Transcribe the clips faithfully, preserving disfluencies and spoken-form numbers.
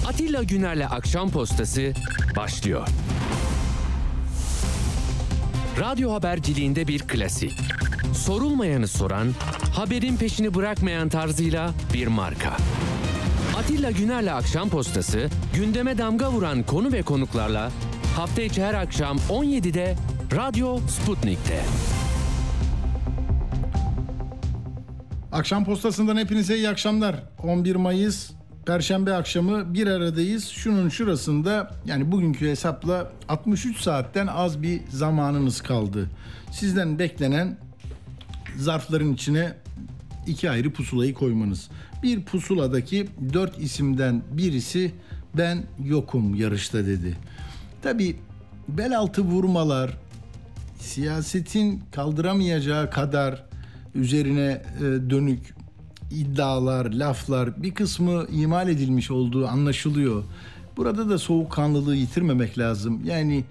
Atilla Güner'le Akşam Postası başlıyor. Radyo haberciliğinde bir klasik. Sorulmayanı soran, haberin peşini bırakmayan tarzıyla bir marka. Atilla Güner'le Akşam Postası, gündeme damga vuran konu ve konuklarla hafta içi her akşam on yedide Radyo Sputnik'te. Akşam Postası'ndan hepinize iyi akşamlar. on bir Mayıs Perşembe akşamı bir aradayız. Şunun şurasında, yani bugünkü hesapla altmış üç saatten az bir zamanınız kaldı. Sizden beklenen zarfların içine iki ayrı pusulayı koymanız. Bir pusuladaki dört isimden birisi ben yokum yarışta dedi. Tabii bel altı vurmalar, siyasetin kaldıramayacağı kadar üzerine dönük iddialar, laflar, bir kısmı imal edilmiş olduğu anlaşılıyor. Burada da soğukkanlılığı yitirmemek lazım. Yani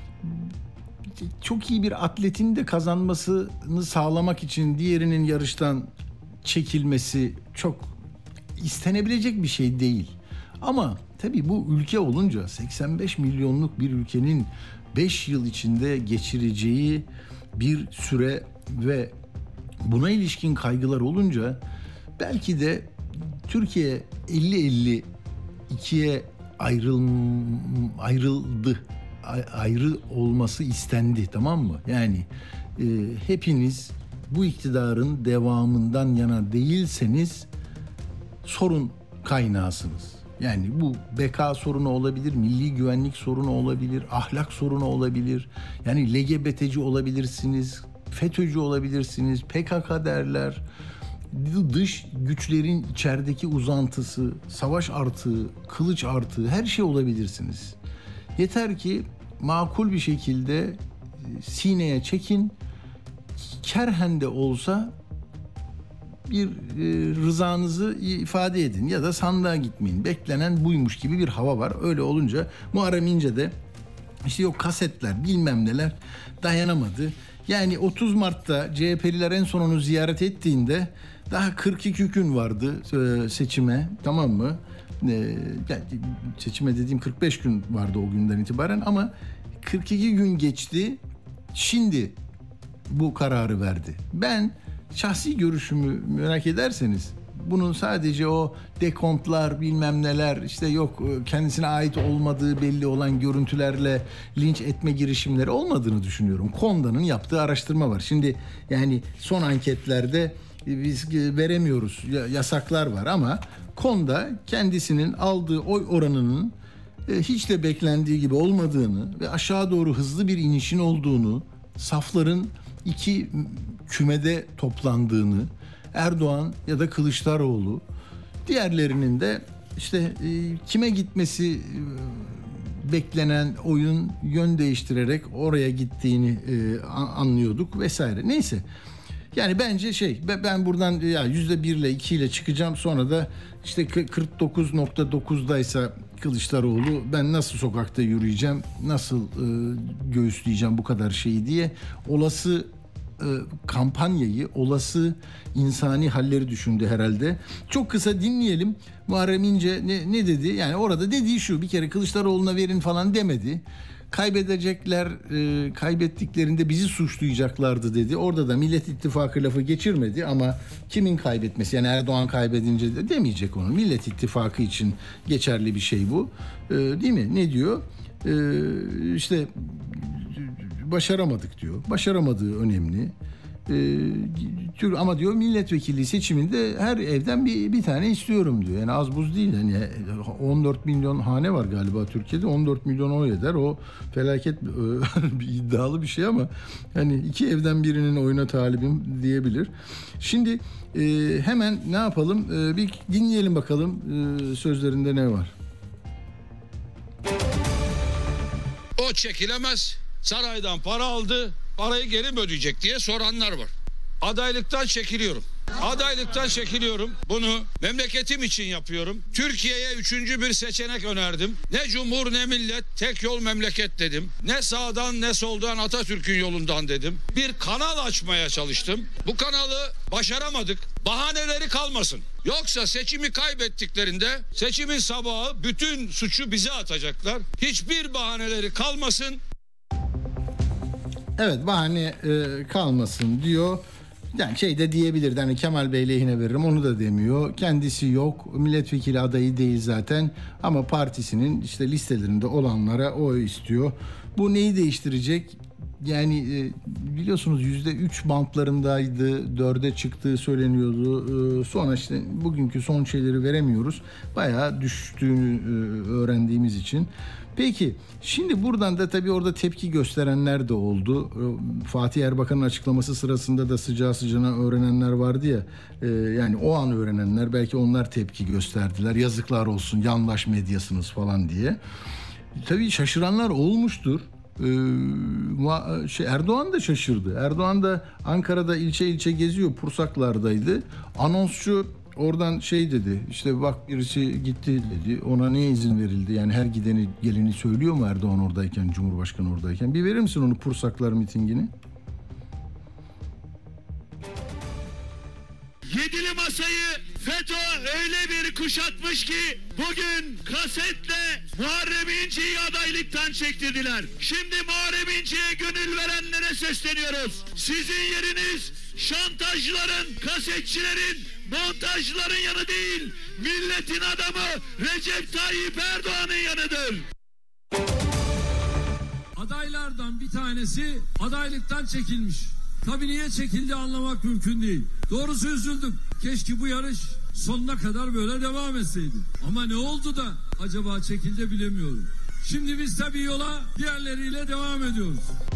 çok iyi bir atletin de kazanmasını sağlamak için diğerinin yarıştan çekilmesi çok istenebilecek bir şey değil. Ama tabii bu ülke olunca, seksen beş milyonluk bir ülkenin beş yıl içinde geçireceği bir süre ve buna ilişkin kaygılar olunca belki de Türkiye elli elli ikiye ayrıl, ayrıldı. Ayrı olması istendi, tamam mı? Yani e, hepiniz bu iktidarın devamından yana değilseniz sorun kaynağısınız. Yani bu beka sorunu olabilir, milli güvenlik sorunu olabilir, ahlak sorunu olabilir. Yani L G B T'ci olabilirsiniz, FETÖ'cü olabilirsiniz, P K K derler. Dış güçlerin içerideki uzantısı, savaş artığı, kılıç artığı, her şey olabilirsiniz. Yeter ki makul bir şekilde sineye çekin, kerhen de olsa bir e, rızanızı ifade edin ya da sandığa gitmeyin. Beklenen buymuş gibi bir hava var. Öyle olunca Muharrem İnce de işte yok kasetler bilmem neler dayanamadı. Yani otuz Mart'ta C H P'liler en son onu ziyaret ettiğinde daha kırk iki gün vardı seçime, tamam mı? Yani seçime dediğim kırk beş gün vardı o günden itibaren ama kırk iki gün geçti. Şimdi bu kararı verdi. Ben şahsi görüşümü merak ederseniz bunun sadece o dekontlar bilmem neler işte yok kendisine ait olmadığı belli olan görüntülerle linç etme girişimleri olmadığını düşünüyorum. KONDA'nın yaptığı araştırma var. Şimdi yani son anketlerde biz veremiyoruz, yasaklar var ama KONDA kendisinin aldığı oy oranının hiç de beklendiği gibi olmadığını ve aşağı doğru hızlı bir inişin olduğunu, safların iki kümede toplandığını, Erdoğan ya da Kılıçdaroğlu, diğerlerinin de işte e, kime gitmesi e, beklenen oyun yön değiştirerek oraya gittiğini e, anlıyorduk vesaire. Neyse. Yani bence şey ben buradan ya yüzde bir ile iki ile çıkacağım, sonra da işte kırk dokuz nokta dokuzdaysa Kılıçdaroğlu ben nasıl sokakta yürüyeceğim, nasıl e, göğüsleyeceğim bu kadar şeyi diye olası e, kampanyayı, olası insani halleri düşündü herhalde. Çok kısa dinleyelim. Muharrem İnce ne, ne dedi? Yani orada dediği şu: bir kere Kılıçdaroğlu'na verin falan demedi. Kaybedecekler, e, kaybettiklerinde bizi suçlayacaklardı dedi. Orada da Millet İttifakı lafı geçirmedi ama kimin kaybetmesi, yani Erdoğan kaybedince de demeyecek onu. Millet İttifakı için geçerli bir şey bu. E, değil mi? Ne diyor? E, işte başaramadık diyor. Başaramadığı önemli. Ee, ama diyor milletvekilliği seçiminde her evden bir, bir tane istiyorum diyor. Yani az buz değil. Yani on dört milyon hane var galiba Türkiye'de. on dört milyon oy eder. O felaket bir iddialı bir şey ama yani iki evden birinin oyuna talibim diyebilir. Şimdi e, hemen ne yapalım? E, bir dinleyelim bakalım e, sözlerinde ne var. O çekilemez. Saraydan para aldı, parayı geri mi ödeyecek diye soranlar var. Adaylıktan çekiliyorum. Adaylıktan çekiliyorum. Bunu memleketim için yapıyorum. Türkiye'ye üçüncü bir seçenek önerdim. Ne cumhur ne millet, tek yol memleket dedim. Ne sağdan ne soldan, Atatürk'ün yolundan dedim. Bir kanal açmaya çalıştım. Bu kanalı başaramadık. Bahaneleri kalmasın. Yoksa seçimi kaybettiklerinde seçimin sabahı bütün suçu bize atacaklar. Hiçbir bahaneleri kalmasın. Evet, bahane e, kalmasın diyor. Yani şey de diyebilirdi, hani Kemal Bey lehine veririm, onu da demiyor. Kendisi yok, milletvekili adayı değil zaten ama partisinin işte listelerinde olanlara oy istiyor. Bu neyi değiştirecek? Yani e, biliyorsunuz yüzde üç bantlarındaydı, dörde çıktığı söyleniyordu. E, sonra işte bugünkü son şeyleri veremiyoruz. Bayağı düştüğünü e, öğrendiğimiz için. Peki şimdi buradan da tabii orada tepki gösterenler de oldu. Fatih Erbakan'ın açıklaması sırasında da sıcağı sıcağına öğrenenler vardı ya. E, yani o an öğrenenler, belki onlar tepki gösterdiler. Yazıklar olsun, yandaş medyasınız falan diye. Tabii şaşıranlar olmuştur. Ee, şey, Erdoğan da şaşırdı. Erdoğan da Ankara'da ilçe ilçe geziyor. Pursaklar'daydı. Anonsçu oradan şey dedi. İşte bak birisi gitti dedi. Ona niye izin verildi? Yani her gideni geleni söylüyor mu Erdoğan oradayken, Cumhurbaşkanı oradayken? Bir verir misin onu, Pursaklar mitingini? Yedili masayı FETÖ öyle bir kuşatmış ki bugün kasetle Muharrem İnce'yi adaylıktan çektirdiler. Şimdi Muharrem İnce'ye gönül verenlere sesleniyoruz. Sizin yeriniz şantajların, kasetçilerin, montajcıların yanı değil, milletin adamı Recep Tayyip Erdoğan'ın yanıdır. Adaylardan bir tanesi adaylıktan çekilmiş. Tabii niye çekildi anlamak mümkün değil. Doğrusu üzüldüm. Keşke bu yarış sonuna kadar böyle devam etseydi. Ama ne oldu da acaba çekildi bilemiyorum. Şimdi biz tabii yola diğerleriyle devam ediyoruz.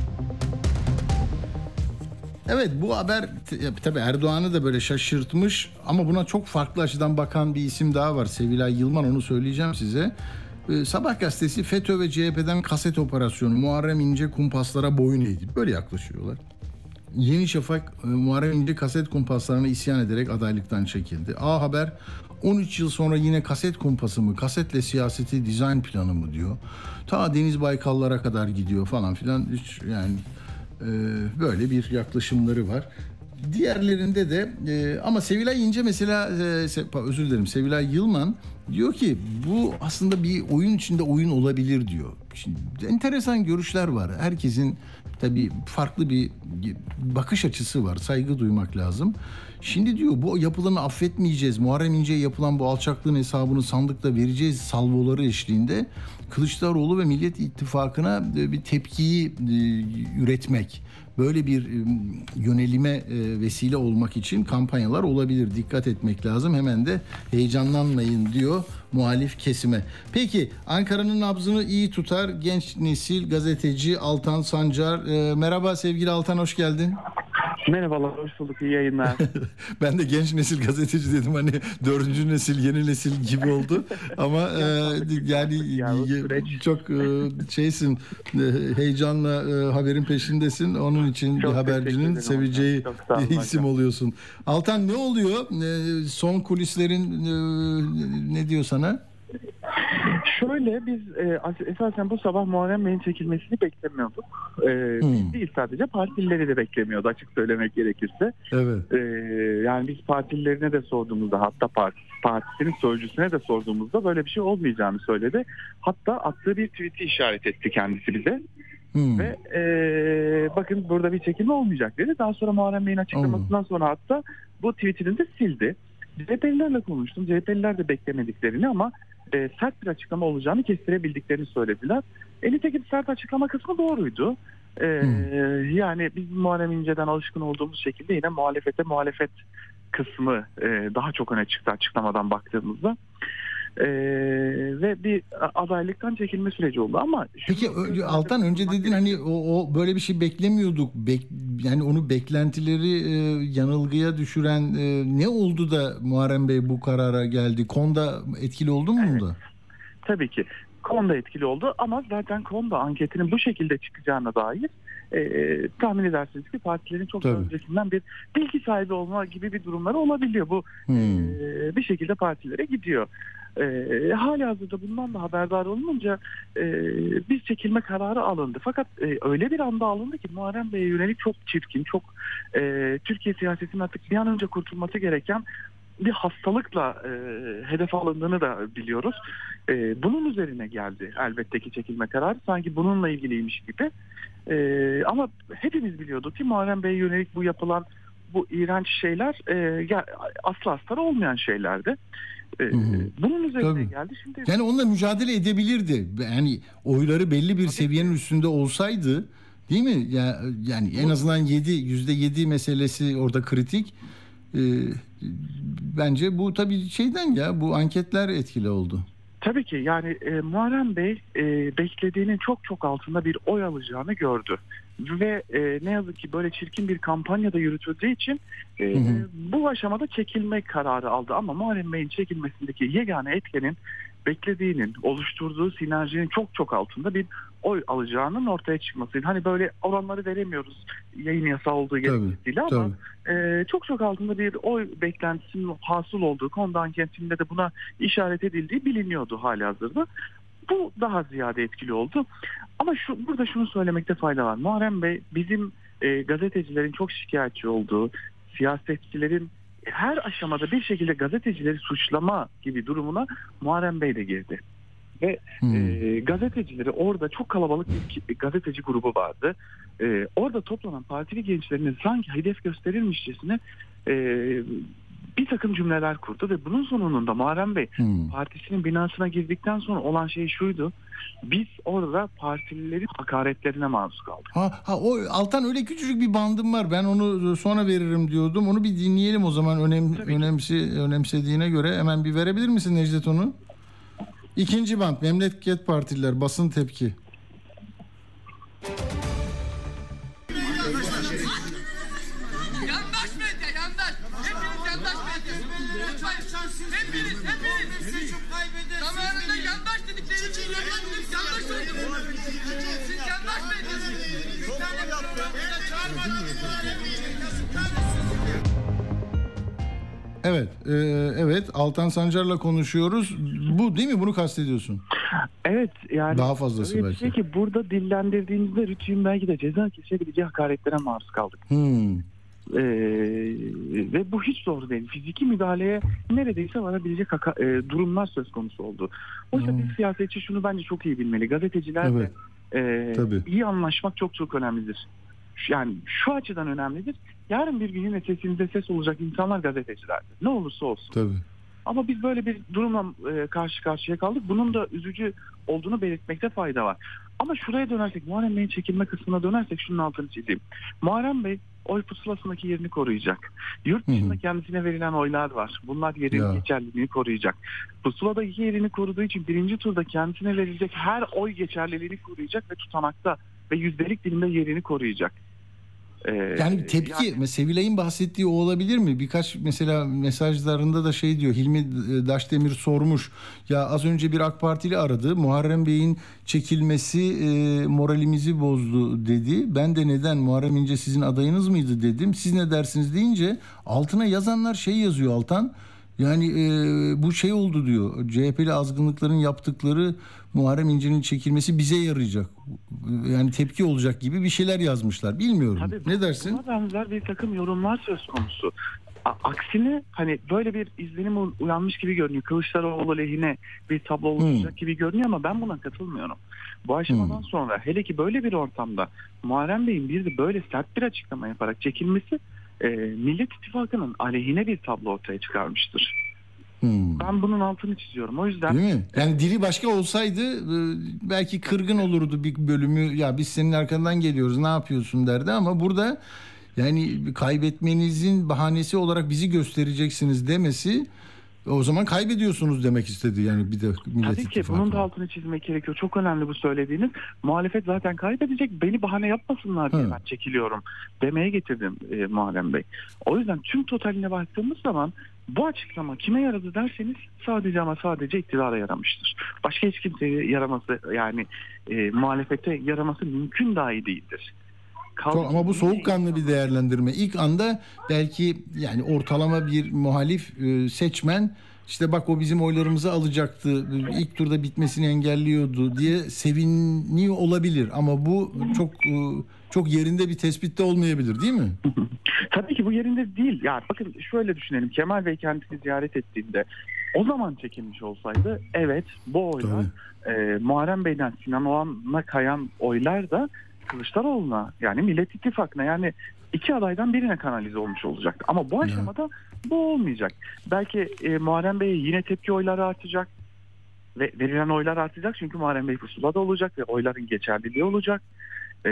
Evet, bu haber tabii Erdoğan'ı da böyle şaşırtmış ama buna çok farklı açıdan bakan bir isim daha var. Sevilay Yılman, onu söyleyeceğim size. Ee, Sabah gazetesi FETÖ ve C H P'den kaset operasyonu, Muharrem İnce kumpaslara boyun eğdi. Böyle yaklaşıyorlar. Yeni Şafak, e, Muharrem İnce kaset kumpaslarına isyan ederek adaylıktan çekildi. A Haber, on üç yıl sonra yine kaset kumpası mı, kasetle siyaseti dizayn planı mı diyor. Ta Deniz Baykallara kadar gidiyor falan filan. Hiç yani e, böyle bir yaklaşımları var. Diğerlerinde de e, ama Sevilay İnce mesela e, se, özür dilerim Sevilay Yılman diyor ki bu aslında bir oyun içinde oyun olabilir diyor. Şimdi enteresan görüşler var. Herkesin tabii farklı bir bakış açısı var. Saygı duymak lazım. Şimdi diyor bu yapılanı affetmeyeceğiz. Muharrem İnce'ye yapılan bu alçaklığın hesabını sandıkta vereceğiz salvoları eşliğinde Kılıçdaroğlu ve Millet İttifakı'na bir tepkiyi üretmek, böyle bir yönelime vesile olmak için kampanyalar olabilir. Dikkat etmek lazım. Hemen de heyecanlanmayın diyor muhalif kesime. Peki Ankara'nın nabzını iyi tutar genç nesil gazeteci Altan Sancar. E, merhaba sevgili Altan, hoş geldin. Merhabalar, hoş bulduk, iyi yayınlar. Ben de genç nesil gazeteci dedim, hani dördüncü nesil, yeni nesil gibi oldu. Ama e, yani ya, çok e, şeysin, e, heyecanla e, haberin peşindesin. Onun için çok bir habercinin seveceği isim oluyorsun. Altan, ne oluyor? E, son kulislerin e, ne diyor sana? Şöyle, biz e, esasen bu sabah Muharrem Bey'in çekilmesini beklemiyorduk. E, hmm. Biz değil sadece, partilileri de beklemiyordu açık söylemek gerekirse. Evet. E, yani biz partililerine de sorduğumuzda, hatta parti, partisinin sözcüsüne de sorduğumuzda böyle bir şey olmayacağını söyledi. Hatta attığı bir tweet'i işaret etti kendisi bize. Hmm. Ve e, bakın burada bir çekilme olmayacak dedi. Daha sonra Muharrem Bey'in açıklamasından hmm. sonra hatta bu tweet'ini de sildi. C H P'lilerle konuştum. C H P'liler de beklemediklerini ama e, sert bir açıklama olacağını kestirebildiklerini söylediler. E, nitekim sert açıklama kısmı doğruydu. E, hmm. Yani biz Muharrem İnce'den alışkın olduğumuz şekilde yine muhalefete muhalefet kısmı e, daha çok öne çıktı açıklamadan baktığımızda. Ee, ve bir adaylıktan çekilme süreci oldu ama peki Altan, önce dedin hani o, o böyle bir şey beklemiyorduk. Bek, yani onu beklentileri e, yanılgıya düşüren e, ne oldu da Muharrem Bey bu karara geldi? Konda etkili oldu mu evet, bunda? Tabii ki. Konda etkili oldu ama zaten Konda anketinin bu şekilde çıkacağına dair e, tahmin edersiniz ki partilerin çok daha öncesinden bir bilgi sahibi olma gibi bir durumları olabiliyor. Bu hmm. e, bir şekilde partilere gidiyor. E, halihazırda bundan da haberdar olunca e, bir çekilme kararı alındı. Fakat e, öyle bir anda alındı ki Muharrem Bey'e yönelik çok çirkin, çok e, Türkiye siyasetinin artık bir an önce kurtulması gereken bir hastalıkla e, hedef alındığını da biliyoruz. E, bunun üzerine geldi elbette ki çekilme kararı. Sanki bununla ilgiliymiş gibi. E, ama hepimiz biliyorduk ki Muharrem Bey'e yönelik bu yapılan bu iğrenç şeyler e, ya, asla astarı olmayan şeylerdi. E, hı hı. Bunun üzerine Tabii. geldi. Şimdi yani onunla mücadele edebilirdi. Yani oyları belli bir Tabii. seviyenin üstünde olsaydı, değil mi? Ya, yani en azından yedi yüzde yedi meselesi orada kritik. Ee, bence bu tabii şeyden ya bu anketler etkili oldu. Tabii ki yani e, Muharrem Bey e, beklediğinin çok çok altında bir oy alacağını gördü. Ve e, ne yazık ki böyle çirkin bir kampanyada yürütüldüğü için e, hı hı. bu aşamada çekilme kararı aldı. Ama Muharrem Bey'in çekilmesindeki yegane etkenin beklediğinin, oluşturduğu sinerjinin çok çok altında bir oy alacağının ortaya çıkması. Hani böyle oranları veremiyoruz yayın yasağı olduğu gerekçesiyle ama e, çok çok altında bir oy beklentisinin hasıl olduğu, Konda anketinde de buna işaret edildiği biliniyordu halihazırda. Bu daha ziyade etkili oldu. Ama şu burada şunu söylemekte fayda var. Muharrem Bey bizim e, gazetecilerin çok şikayetçi olduğu, siyasetçilerin her aşamada bir şekilde gazetecileri suçlama gibi durumuna Muharrem Bey de girdi. Ve hmm. e, gazetecileri orada çok kalabalık bir gazeteci grubu vardı. E, orada toplanan partili gençlerinin sanki hedef gösterilmişçesine e, bir takım cümleler kurdu ve bunun sonunda Muharrem Bey hmm. partisinin binasına girdikten sonra olan şey şuydu. Biz orada partililerin hakaretlerine maruz kaldık. Ha, ha o Altan öyle küçücük bir bandım var. Ben onu sonra veririm diyordum. Onu bir dinleyelim o zaman önem önemsi önemsediğine göre hemen bir verebilir misin Necdet onu? İkinci band Memleket Partililer basın tepki. Yandaş medya, yandaş. Hepiniz yandaş medya. Hepiniz, hepiniz. Zamanında yandaş dedikleri için yandaş dedik, yandaş olduk. Siz yandaş medyasınız. Bir tane programımıza çağırmadınız. Evet, e, evet. Altan Sancar'la konuşuyoruz. Bu değil mi? Bunu kastediyorsun. Evet, yani daha fazlası belki. Şey ki burada dillendirdiğimizde Rütü'nün belki de ceza kesebileceği hakaretlere maruz kaldık. Hmm. Ee, ve bu hiç doğru değil. Fiziki müdahaleye neredeyse varabilecek haka- e, durumlar söz konusu oldu. Oysa hmm. bir siyasetçi şunu bence çok iyi bilmeli. Gazetecilerle evet. e, iyi anlaşmak çok çok önemlidir. Yani şu açıdan önemlidir. Yarın bir gün yine sesinize ses olacak insanlar gazetecilerdir. Ne olursa olsun. Tabii. Ama biz böyle bir durumla e, karşı karşıya kaldık. Bunun da üzücü olduğunu belirtmekte fayda var. Ama şuraya dönersek, Muharrem Bey'in çekilme kısmına dönersek şunun altını çizeyim. Muharrem Bey oy pusulasındaki yerini koruyacak. Yurt dışında Hı-hı. kendisine verilen oylar var. Bunlar yerin geçerliliğini koruyacak. Pusuladaki yerini koruduğu için birinci turda kendisine verilecek her oy geçerliliğini koruyacak ve tutanakta ve yüzdelik dilinde yerini koruyacak. Yani bir tepki, yani, Sevilay'ın bahsettiği o olabilir mi? Birkaç mesela mesajlarında da şey diyor, Hilmi Daşdemir sormuş. Ya az önce bir AK Partili aradı. Muharrem Bey'in çekilmesi e, moralimizi bozdu dedi. Ben de neden, Muharrem İnce sizin adayınız mıydı dedim. Siz ne dersiniz deyince altına yazanlar şey yazıyor Altan. Yani e, bu şey oldu diyor. C H P'li azgınlıkların yaptıkları Muharrem İnce'nin çekilmesi bize yarayacak. Yani tepki olacak gibi bir şeyler yazmışlar. Bilmiyorum. Tabii, ne dersin? Buna benzer bir takım yorumlar söz konusu. A- aksine hani böyle bir izlenim uyanmış gibi görünüyor. Kılıçdaroğlu lehine bir tablo oluşacak hmm. gibi görünüyor ama ben buna katılmıyorum. Bu aşamadan hmm. sonra hele ki böyle bir ortamda Muharrem Bey'in bir de böyle sert bir açıklama yaparak çekilmesi e, Millet İttifakı'nın aleyhine bir tablo ortaya çıkarmıştır. Hmm. Ben bunun altını çiziyorum. O yüzden... Değil mi? Yani dili başka olsaydı belki kırgın olurdu bir bölümü. Ya biz senin arkandan geliyoruz, ne yapıyorsun derdi ama burada yani kaybetmenizin bahanesi olarak bizi göstereceksiniz demesi, o zaman kaybediyorsunuz demek istedi yani bir de Millet Tabii ki bunun da altını çizmek gerekiyor. Çok önemli bu söylediğiniz. Muhalefet zaten kaybedecek. Beni bahane yapmasınlar diye Hı. ben çekiliyorum demeye getirdim e, Muharrem Bey. O yüzden tüm totaline baktığımız zaman bu açıklama kime yaradı derseniz sadece ama sadece iktidara yaramıştır. Başka hiç kimseye yaraması yani e, muhalefete yaraması mümkün dahi değildir. Çok, ama bu soğukkanlı bir değerlendirme. İlk anda belki yani ortalama bir muhalif e, seçmen işte bak o bizim oylarımızı alacaktı, ilk turda bitmesini engelliyordu diye seviniyor olabilir. Ama bu çok e, çok yerinde bir tespit de olmayabilir, değil mi? Tabii ki bu yerinde değil. Ya bakın şöyle düşünelim. Kemal Bey kendisini ziyaret ettiğinde o zaman çekilmiş olsaydı evet bu oylar e, Muharrem Bey'den Sinan Oğan'a kayan oylar da Kılıçdaroğlu'na yani Millet İttifakı'na yani iki adaydan birine kanalize olmuş olacaktı. Ama bu aşamada bu olmayacak. Belki e, Muharrem Bey'e yine tepki oyları artacak ve verilen oylar artacak çünkü Muharrem Bey pusulada olacak ve oyların geçerliliği olacak. Ee,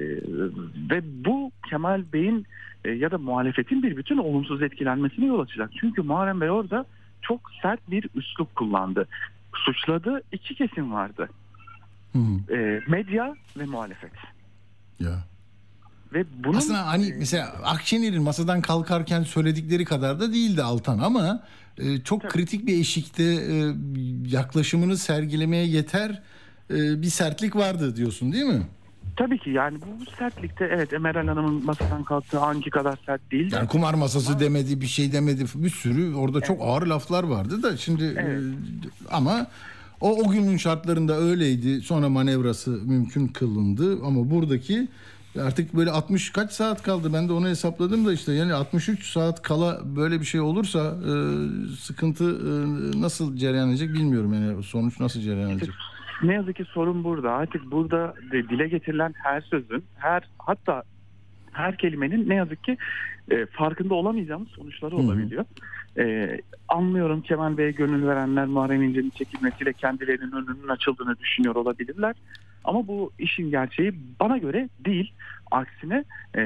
ve bu Kemal Bey'in e, ya da muhalefetin bir bütün olumsuz etkilenmesine yol açacak. Çünkü Muharrem Bey orada çok sert bir üslup kullandı. Suçladığı iki kesim vardı. Hı hı. E, medya ve muhalefet. Ya. Ve bunun, aslında hani mesela Akşener'in masadan kalkarken söyledikleri kadar da değildi Altan ama e, çok Tabii. kritik bir eşikte e, yaklaşımını sergilemeye yeter e, bir sertlik vardı diyorsun, değil mi? Tabii ki yani bu, bu sertlikte evet Meral Hanım'ın masadan kalktığı anki kadar sert değil. Yani kumar masası ama demedi, bir şey demedi, bir sürü orada evet. çok ağır laflar vardı da şimdi evet. e, ama o o günün şartlarında öyleydi. Sonra manevrası mümkün kılındı ama buradaki artık böyle altmış kaç saat kaldı, ben de onu hesapladım da işte yani altmış üç saat kala böyle bir şey olursa e, sıkıntı e, nasıl cereyan edecek bilmiyorum, yani sonuç nasıl cereyan edecek. Ne yazık ki sorun burada. Artık burada de dile getirilen her sözün, her hatta her kelimenin ne yazık ki e, farkında olamayacağımız sonuçları Hı-hı. olabiliyor. E, anlıyorum Kemal Bey'e gönül verenler Muharrem İnce'nin çekilmesiyle kendilerinin önünün açıldığını düşünüyor olabilirler. Ama bu işin gerçeği bana göre değil. Aksine e,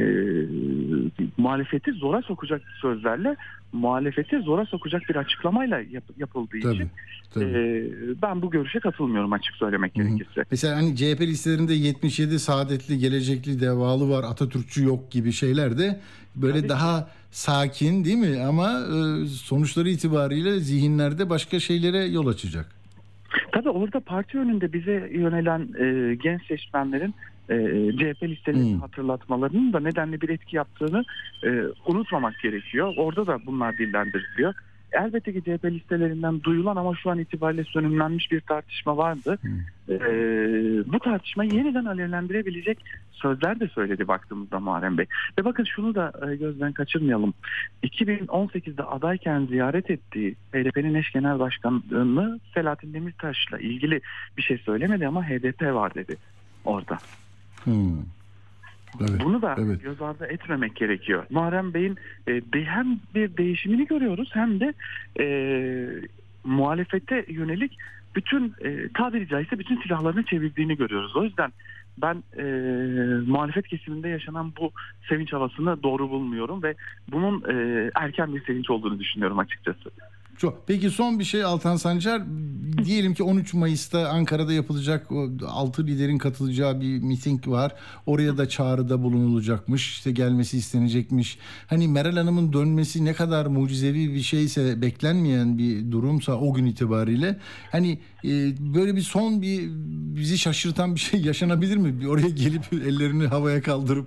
muhalefeti zora sokacak sözlerle, muhalefeti zora sokacak bir açıklamayla yap, yapıldığı tabii, için tabii. E, ben bu görüşe katılmıyorum açık söylemek Hı-hı. gerekirse. Mesela hani C H P listelerinde yetmiş yedi saadetli, gelecekli, devalı var, Atatürkçü yok gibi şeyler de böyle tabii daha ki. Sakin değil mi? Ama e, sonuçları itibariyle zihinlerde başka şeylere yol açacak. Tabii orada parti önünde bize yönelen e, genç seçmenlerin e, C H P listelerini hmm. hatırlatmalarının da nedenli bir etki yaptığını e, unutmamak gerekiyor. Orada da bunlar dillendiriliyor. Elbette ki C H P listelerinden duyulan ama şu an itibariyle sönümlenmiş bir tartışma vardı. Hmm. E, bu tartışmayı yeniden alevlendirebilecek sözler de söyledi baktığımızda Muharrem Bey. Ve bakın şunu da e, gözden kaçırmayalım. iki bin on sekizde adayken ziyaret ettiği H D P'nin eş genel başkanı Selahattin Demirtaş'la ilgili bir şey söylemedi ama H D P var dedi orada. Hmm. Evet, Bunu da evet. göz ardı etmemek gerekiyor. Muharrem Bey'in e, hem bir değişimini görüyoruz hem de e, muhalefete yönelik bütün e, tabiri caizse bütün silahlarını çevirdiğini görüyoruz. O yüzden ben e, muhalefet kesiminde yaşanan bu sevinç havasını doğru bulmuyorum ve bunun e, erken bir sevinç olduğunu düşünüyorum açıkçası. Çok. Peki son bir şey Altan Sancar, diyelim ki on üç Mayıs'ta Ankara'da yapılacak altı liderin katılacağı bir miting var. Oraya da çağrıda bulunulacakmış. İşte gelmesi istenecekmiş. Hani Meral Hanım'ın dönmesi ne kadar mucizevi bir şeyse, beklenmeyen bir durumsa o gün itibariyle hani e, böyle bir son bir bizi şaşırtan bir şey yaşanabilir mi? Bir oraya gelip ellerini havaya kaldırıp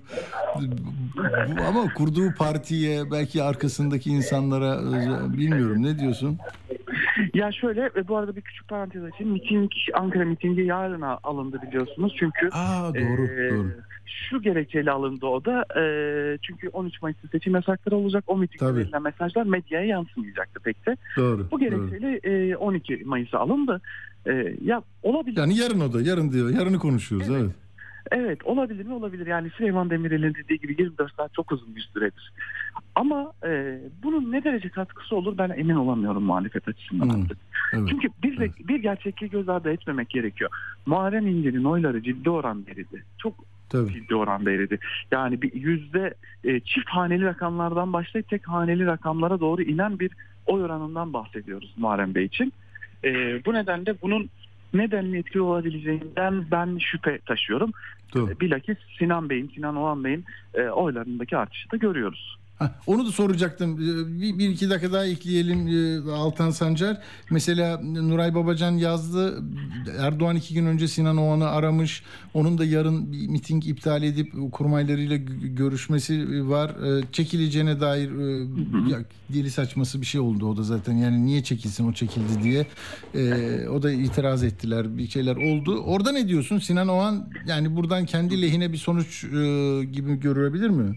ama kurduğu partiye, belki arkasındaki insanlara bilmiyorum, ne diyorsun? Ya şöyle, bu arada bir küçük parantez açayım. Miting, Ankara mitingi yarına alındı biliyorsunuz. Çünkü Aa, doğru, e, doğru. şu gerekçeyle alındı o da. E, çünkü on üç Mayıs'ta seçim yasakları olacak. O mitingde verilen mesajlar medyaya yansımayacaktı pek de. Doğru. Bu gerekçeyle e, on iki Mayıs'a alındı. E, ya olabilir. Yani yarın o da, yarın diyor. Yarını konuşuyoruz, evet. evet. Evet, olabilir mi? Olabilir. Yani Süleyman Demirel'in dediği gibi yirmi dört saat çok uzun bir süredir. Ama e, bunun ne derece katkısı olur ben emin olamıyorum muhalefet açısından hmm, artık. Evet, Çünkü bir, evet. bir gerçekliği göz ardı etmemek gerekiyor. Muharrem İnce'nin oyları ciddi oranda eridi. Çok Tabii. ciddi oranda eridi. Yani bir yüzde e, çift haneli rakamlardan başlayıp tek haneli rakamlara doğru inen bir oy oranından bahsediyoruz Muharrem Bey için. E, bu nedenle bunun nedenli etkili olabileceğinden ben şüphe taşıyorum. Doğru. Bilakis Sinan Bey'in, Sinan Oğan Bey'in e, oylarındaki artışı da görüyoruz. Ha, onu da soracaktım. Bir, bir iki dakika daha ekleyelim Altan Sancar. Mesela Nuray Babacan yazdı. Erdoğan iki gün önce Sinan Oğan'ı aramış. Onun da yarın bir miting iptal edip kurmaylarıyla görüşmesi var. Çekileceğine dair ya, deli saçması bir şey oldu o da zaten. Yani niye çekilsin, o çekildi diye. Ee, o da itiraz ettiler. Bir şeyler oldu. Orada ne diyorsun? Sinan Oğan yani buradan kendi lehine bir sonuç e, gibi görülebilir mi?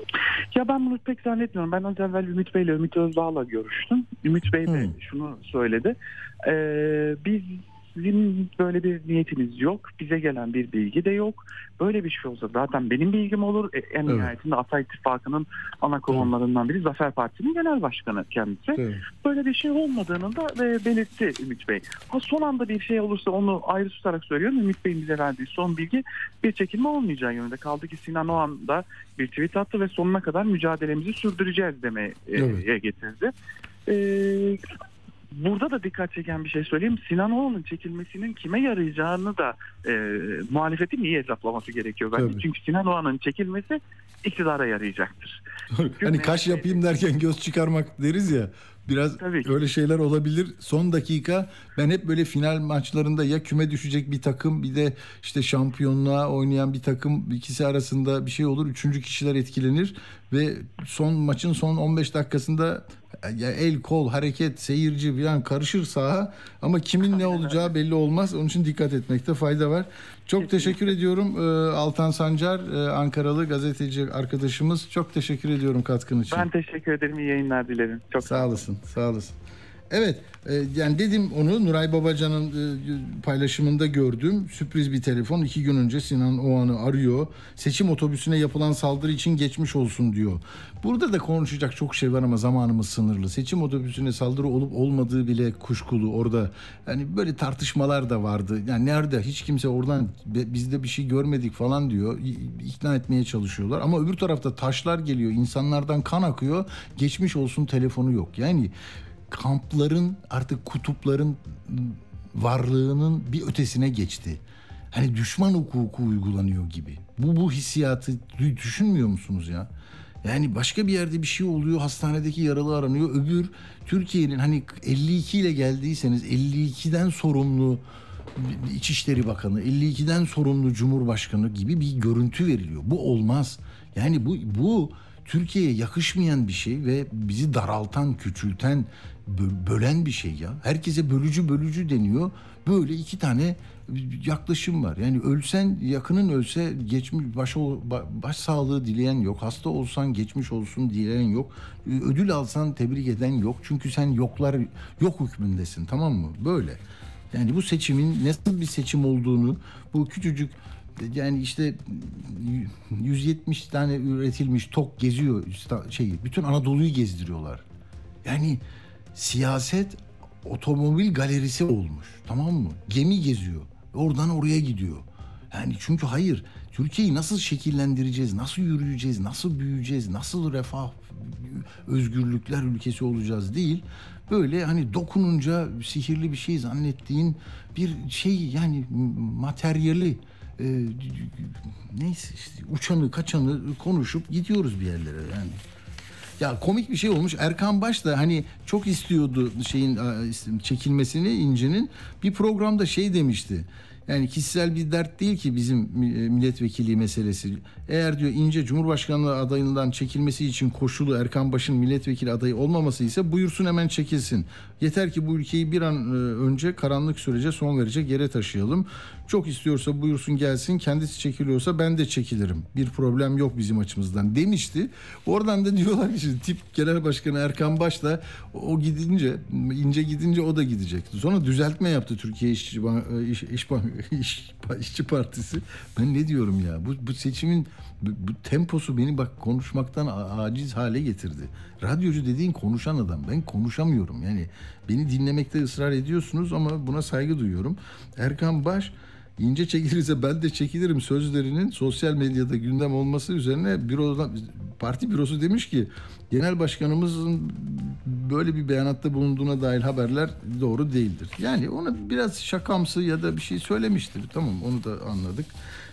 Ya ben bunu pek zannetmiyorum. Ben az evvel Ümit Bey ile Ümit Özdağ'la görüştüm. Ümit Bey de hmm. şunu söyledi. Ee, bizim böyle bir niyetimiz yok. Bize gelen bir bilgi de yok. Böyle bir şey olsa zaten benim bilgim olur. En evet. nihayetinde Ata İttifakı'nın ana kolonlarından biri Zafer Partisi'nin genel başkanı kendisi. Evet. Böyle bir şey olmadığını da e, belirtti Ümit Bey. Ha, son anda bir şey olursa onu ayrı tutarak söylüyorum. Ümit Bey'in bize verdiği son bilgi bir çekilme olmayacağı yönünde. Kaldı ki Sinan Oğan da bir tweet attı ve sonuna kadar mücadelemizi sürdüreceğiz demeye evet. getirdi. Eee Burada da dikkat çeken bir şey söyleyeyim. Sinan Oğan'ın çekilmesinin kime yarayacağını da e, muhalefetin iyi hesaplaması gerekiyor bence. Tabii. Çünkü Sinan Oğan'ın çekilmesi iktidara yarayacaktır. Hani kaş yapayım derken göz çıkarmak deriz ya. Biraz öyle şeyler olabilir. Son dakika ben hep böyle final maçlarında ya küme düşecek bir takım bir de işte şampiyonluğa oynayan bir takım, ikisi arasında bir şey olur. Üçüncü kişiler etkilenir ve son maçın son on beş dakikasında ya el, kol, hareket, seyirci falan karışır saha ama kimin ne olacağı belli olmaz. Onun için dikkat etmekte fayda var. Çok teşekkür ediyorum Altan Sancar, Ankaralı gazeteci arkadaşımız. Çok teşekkür ediyorum katkın için. Ben teşekkür ederim. İyi yayınlar dilerim. Çok sağ olasın. Sağ olasın. Evet, yani dedim onu Nuray Babacan'ın paylaşımında gördüm. Sürpriz bir telefon. İki gün önce Sinan Oğan'ı arıyor. Seçim otobüsüne yapılan saldırı için geçmiş olsun diyor. Burada da konuşacak çok şey var ama zamanımız sınırlı. Seçim otobüsüne saldırı olup olmadığı bile kuşkulu orada. Yani böyle tartışmalar da vardı. Yani nerede? Hiç kimse oradan biz de bir şey görmedik falan diyor. İkna etmeye çalışıyorlar. Ama öbür tarafta taşlar geliyor. İnsanlardan kan akıyor. Geçmiş olsun telefonu yok. Yani kampların artık kutupların varlığının bir ötesine geçti. Hani düşman hukuku uygulanıyor gibi. Bu bu hissiyatı düşünmüyor musunuz ya? Yani başka bir yerde bir şey oluyor, hastanedeki yaralı aranıyor. Öbür Türkiye'nin hani elli iki ile geldiyseniz elli ikiden sorumlu İçişleri Bakanı, elli ikiden sorumlu Cumhurbaşkanı gibi bir görüntü veriliyor. Bu olmaz. Yani bu bu Türkiye'ye yakışmayan bir şey ve bizi daraltan, küçülten, bölen bir şey ya. Herkese bölücü bölücü deniyor. Böyle iki tane yaklaşım var. Yani ölsen, yakının ölse geçmiş baş, baş sağlığı dileyen yok. Hasta olsan geçmiş olsun dileyen yok. Ödül alsan tebrik eden yok. Çünkü sen yoklar yok hükmündesin, tamam mı? Böyle. Yani bu seçimin nasıl bir seçim olduğunu, bu küçücük yani işte yüz yetmiş tane üretilmiş tok geziyor şeyi. Bütün Anadolu'yu gezdiriyorlar. Yani siyaset otomobil galerisi olmuş. Tamam mı? Gemi geziyor. Oradan oraya gidiyor. Yani çünkü hayır. Türkiye'yi nasıl şekillendireceğiz? Nasıl yürüyeceğiz? Nasıl büyüyeceğiz? Nasıl refah, özgürlükler ülkesi olacağız değil. Böyle hani dokununca sihirli bir şey zannettiğin bir şey, yani materyali e, neyse işte uçanı kaçanı konuşup gidiyoruz bir yerlere yani. Ya komik bir şey olmuş. Erkan Baş da hani çok istiyordu şeyin çekilmesini, İnce'nin. Bir programda şey demişti. Yani kişisel bir dert değil ki bizim milletvekili meselesi. Eğer diyor İnce Cumhurbaşkanlığı adayından çekilmesi için koşulu Erkan Baş'ın milletvekili adayı olmaması ise buyursun hemen çekilsin. Yeter ki bu ülkeyi bir an önce karanlık sürece son verecek yere taşıyalım. Çok istiyorsa buyursun gelsin, kendisi çekiliyorsa ben de çekilirim. Bir problem yok bizim açımızdan demişti. Oradan da diyorlar ki şimdi tip genel başkanı Erkan Baş da o gidince, İnce gidince o da gidecekti. Sonra düzeltme yaptı Türkiye İşçi, İş, İş, İş, İşçi Partisi. Ben ne diyorum ya, bu, bu seçimin bu, bu temposu beni bak konuşmaktan aciz hale getirdi. Radyocu dediğin konuşan adam. Ben konuşamıyorum. Yani beni dinlemekte ısrar ediyorsunuz ama buna saygı duyuyorum. Erkan Baş İnce çekilirse ben de çekilirim sözlerinin sosyal medyada gündem olması üzerine bürodan, parti bürosu demiş ki genel başkanımızın böyle bir beyanatta bulunduğuna dair haberler doğru değildir. Yani ona biraz şakamsı ya da bir şey söylemiştir. Tamam, onu da anladık.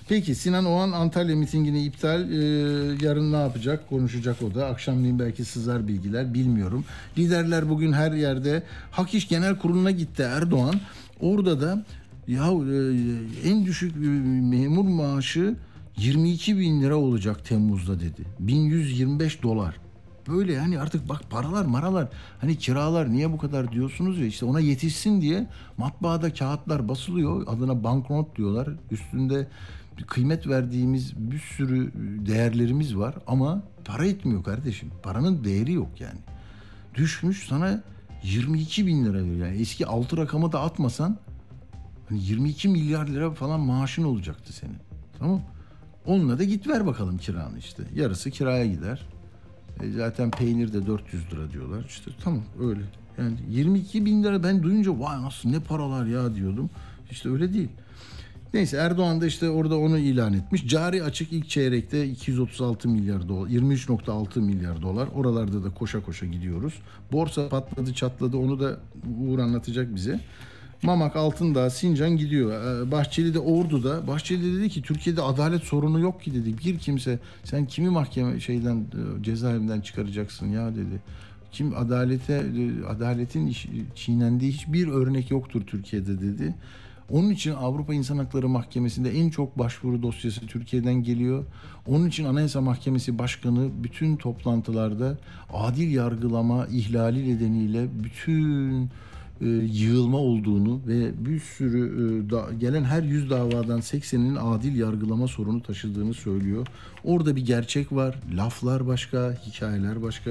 Peki Sinan Oğan Antalya mitingini iptal. Ee, yarın ne yapacak? Konuşacak o da. Akşamleyin belki sızar bilgiler. Bilmiyorum. Liderler bugün her yerde. Hak İş Genel Kurulu'na gitti Erdoğan. Orada da ya e, en düşük e, memur maaşı yirmi iki bin lira olacak Temmuz'da dedi. bin yüz yirmi beş dolar. Böyle yani artık bak paralar maralar hani kiralar niye bu kadar diyorsunuz ya, işte ona yetişsin diye matbaada kağıtlar basılıyor, adına banknot diyorlar, üstünde kıymet verdiğimiz bir sürü değerlerimiz var ama para etmiyor kardeşim, paranın değeri yok yani. Düşmüş sana yirmi iki bin lira veriyor yani, eski altı rakamı da atmasan hani yirmi iki milyar lira falan maaşın olacaktı senin, tamam, onunla da git ver bakalım kiranı, işte yarısı kiraya gider. E zaten peynir de dört yüz lira diyorlar. İşte tamam öyle. Yani yirmi iki bin lira ben duyunca vay nasıl ne paralar ya diyordum. İşte öyle değil. Neyse Erdoğan da işte orada onu ilan etmiş. Cari açık ilk çeyrekte iki yüz otuz altı milyar dolar, yirmi üç virgül altı milyar dolar. Oralarda da koşa koşa gidiyoruz. Borsa patladı çatladı, onu da Uğur anlatacak bize. Mamak, Altındağ, Sincan gidiyor. Bahçeli de Ordu'da. Bahçeli dedi ki Türkiye'de adalet sorunu yok ki dedi. Bir kimse, sen kimi mahkeme şeyden cezaevinden çıkaracaksın ya dedi. Kim adalete adaletin çiğnendiği hiçbir örnek yoktur Türkiye'de dedi. Onun için Avrupa İnsan Hakları Mahkemesi'nde en çok başvuru dosyası Türkiye'den geliyor. Onun için Anayasa Mahkemesi Başkanı bütün toplantılarda adil yargılama ihlali nedeniyle bütün E, yığılma olduğunu ve bir sürü e, da, gelen her yüz davadan sekseninin adil yargılama sorunu taşıdığını söylüyor. Orada bir gerçek var, laflar başka, hikayeler başka.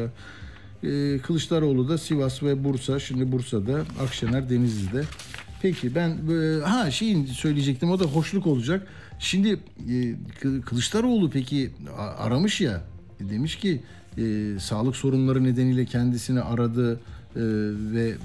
E, Kılıçdaroğlu da Sivas ve Bursa, şimdi Bursa'da, Akşener Denizli'de. Peki ben e, ha şeyin söyleyecektim, o da hoşluk olacak. Şimdi e, Kılıçdaroğlu peki aramış ya, demiş ki e, sağlık sorunları nedeniyle kendisini aradı. Ee, ve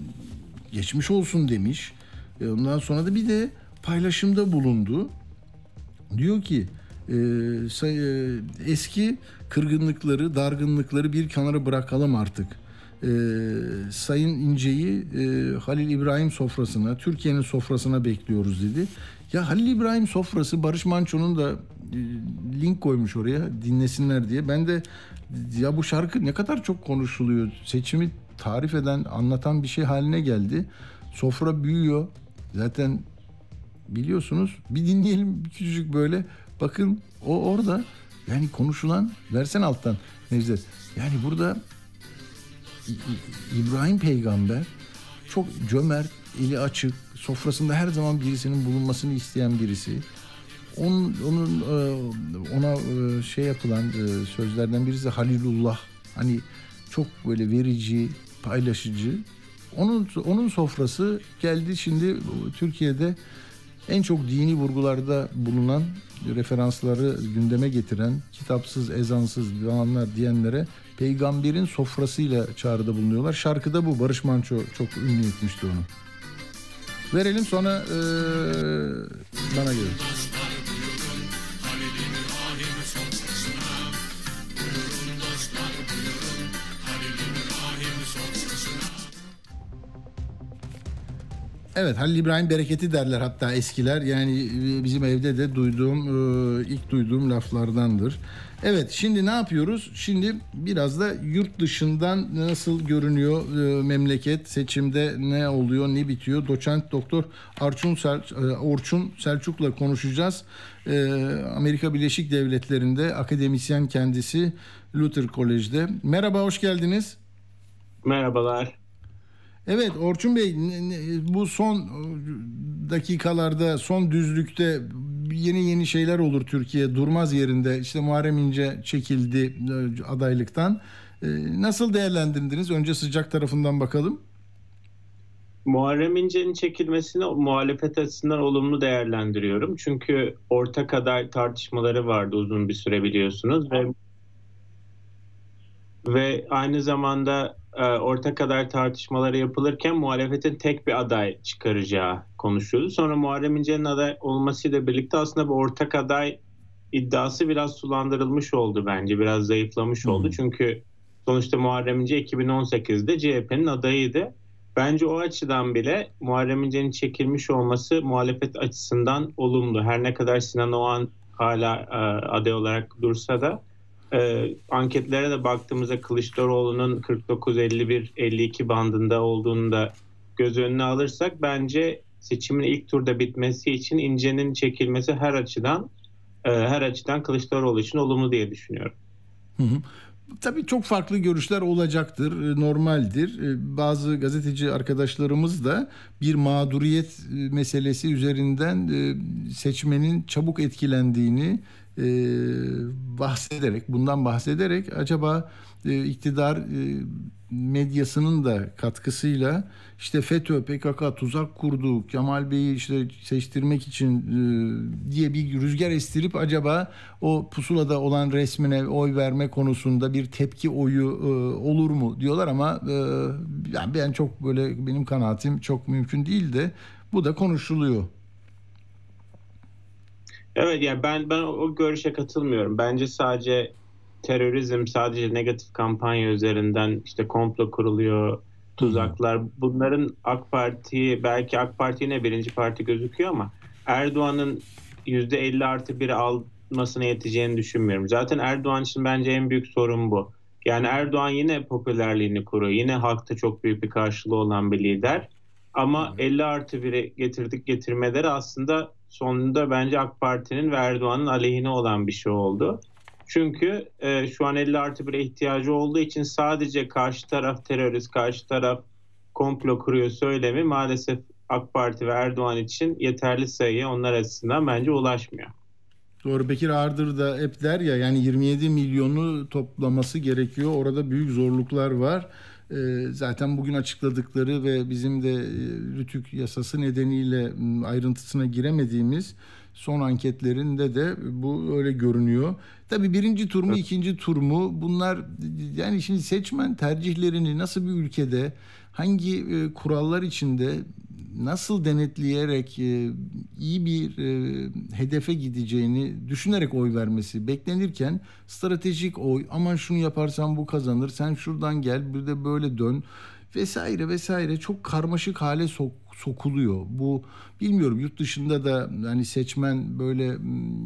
geçmiş olsun demiş. Ee, ondan sonra da bir de paylaşımda bulundu. Diyor ki e, say, e, eski kırgınlıkları, dargınlıkları bir kenara bırakalım artık. Ee, Sayın İnce'yi e, Halil İbrahim sofrasına, Türkiye'nin sofrasına bekliyoruz dedi. Ya Halil İbrahim sofrası, Barış Manço'nun da e, link koymuş oraya dinlesinler diye. Ben de ya bu şarkı ne kadar çok konuşuluyor. Seçimi tarif eden, anlatan bir şey haline geldi. Sofra büyüyor. Zaten biliyorsunuz. Bir dinleyelim bir küçücük böyle. Bakın o orada yani konuşulan, versen alttan Nevzat. Yani burada İbrahim Peygamber çok cömert, eli açık, sofrasında her zaman birisinin bulunmasını isteyen birisi. Onun, onun ona şey yapılan sözlerden birisi Halilullah. Hani çok böyle verici, paylaşıcı. Onun onun sofrası geldi şimdi Türkiye'de en çok dini vurgularda bulunan, referansları gündeme getiren, kitapsız, ezansız duanlar diyenlere peygamberin sofrasıyla çağrıda bulunuyorlar. Şarkıda bu. Barış Manço çok ünlü etmişti onu. Verelim sonra ee, bana gelir. Evet, Halil İbrahim bereketi derler hatta eskiler. Yani bizim evde de duyduğum, ilk duyduğum laflardandır. Evet, şimdi ne yapıyoruz? Şimdi biraz da yurt dışından nasıl görünüyor memleket, seçimde ne oluyor, ne bitiyor? Doçent Doktor Orçun, Sel- Orçun Selçuk'la konuşacağız. Amerika Birleşik Devletleri'nde akademisyen kendisi, Luther College'de. Merhaba, hoş geldiniz. Merhabalar. Evet Orçun Bey, bu son dakikalarda, son düzlükte yeni yeni şeyler olur Türkiye. Durmaz yerinde. İşte Muharrem İnce çekildi adaylıktan. Nasıl değerlendirdiniz? Önce sıcak tarafından bakalım. Muharrem İnce'nin çekilmesini muhalefet açısından olumlu değerlendiriyorum. Çünkü ortak aday tartışmaları vardı uzun bir süre biliyorsunuz. Ve, ve aynı zamanda ortak aday tartışmaları yapılırken muhalefetin tek bir aday çıkaracağı konuşuldu. Sonra Muharrem İnce'nin aday olmasıyla birlikte aslında bu ortak aday iddiası biraz sulandırılmış oldu bence. Biraz zayıflamış oldu. Hmm. Çünkü sonuçta Muharrem İnce iki bin on sekizde C H P'nin adayıydı. Bence o açıdan bile Muharrem İnce'nin çekilmiş olması muhalefet açısından olumlu. Her ne kadar Sinan Oğan hala e, aday olarak dursa da e, anketlere de baktığımızda Kılıçdaroğlu'nun kırk dokuz elli bir elli iki bandında olduğunu da göz önüne alırsak bence seçimin ilk turda bitmesi için İnce'nin çekilmesi her açıdan e, her açıdan Kılıçdaroğlu için olumlu diye düşünüyorum. Hı hı. Tabii çok farklı görüşler olacaktır, normaldir. Bazı gazeteci arkadaşlarımız da bir mağduriyet meselesi üzerinden seçmenin çabuk etkilendiğini bahsederek, bundan bahsederek acaba iktidar medyasının da katkısıyla işte FETÖ, P K K tuzak kurdu, Kemal Bey'i işte seçtirmek için diye bir rüzgar estirip acaba o pusulada olan resmine oy verme konusunda bir tepki oyu olur mu diyorlar ama yani ben çok böyle benim kanaatim çok mümkün değil de bu da konuşuluyor. Evet yani ben ben o görüşe katılmıyorum. Bence sadece terörizm, sadece negatif kampanya üzerinden işte komplo kuruluyor, tuzaklar. Bunların AK Parti, belki AK Parti yine birinci parti gözüküyor ama Erdoğan'ın yüzde elli artı biri almasına yeteceğini düşünmüyorum. Zaten Erdoğan için bence en büyük sorun bu. Yani Erdoğan yine popülerliğini kuruyor. Yine halkta çok büyük bir karşılığı olan bir lider. Ama elli artı biri getirdik getirmeleri aslında sonunda bence AK Parti'nin ve Erdoğan'ın aleyhine olan bir şey oldu. Çünkü e, şu an elli artı bire ihtiyacı olduğu için sadece karşı taraf terörist, karşı taraf komplo kuruyor söylemi maalesef AK Parti ve Erdoğan için yeterli sayıya onlar açısından bence ulaşmıyor. Doğru, Bekir Ardır da hep der ya yani yirmi yedi milyonu toplaması gerekiyor. Orada büyük zorluklar var. E, zaten bugün açıkladıkları ve bizim de e, Rütük yasası nedeniyle ayrıntısına giremediğimiz son anketlerinde de bu öyle görünüyor. Tabii birinci tur mu, evet. ikinci tur mu? Bunlar yani şimdi seçmen tercihlerini nasıl bir ülkede, hangi e, kurallar içinde, nasıl denetleyerek e, iyi bir e, hedefe gideceğini düşünerek oy vermesi beklenirken stratejik oy, aman şunu yaparsan bu kazanır, sen şuradan gel, bir de böyle dön vesaire vesaire çok karmaşık hale sok, sokuluyor. Bu bilmiyorum yurt dışında da hani seçmen böyle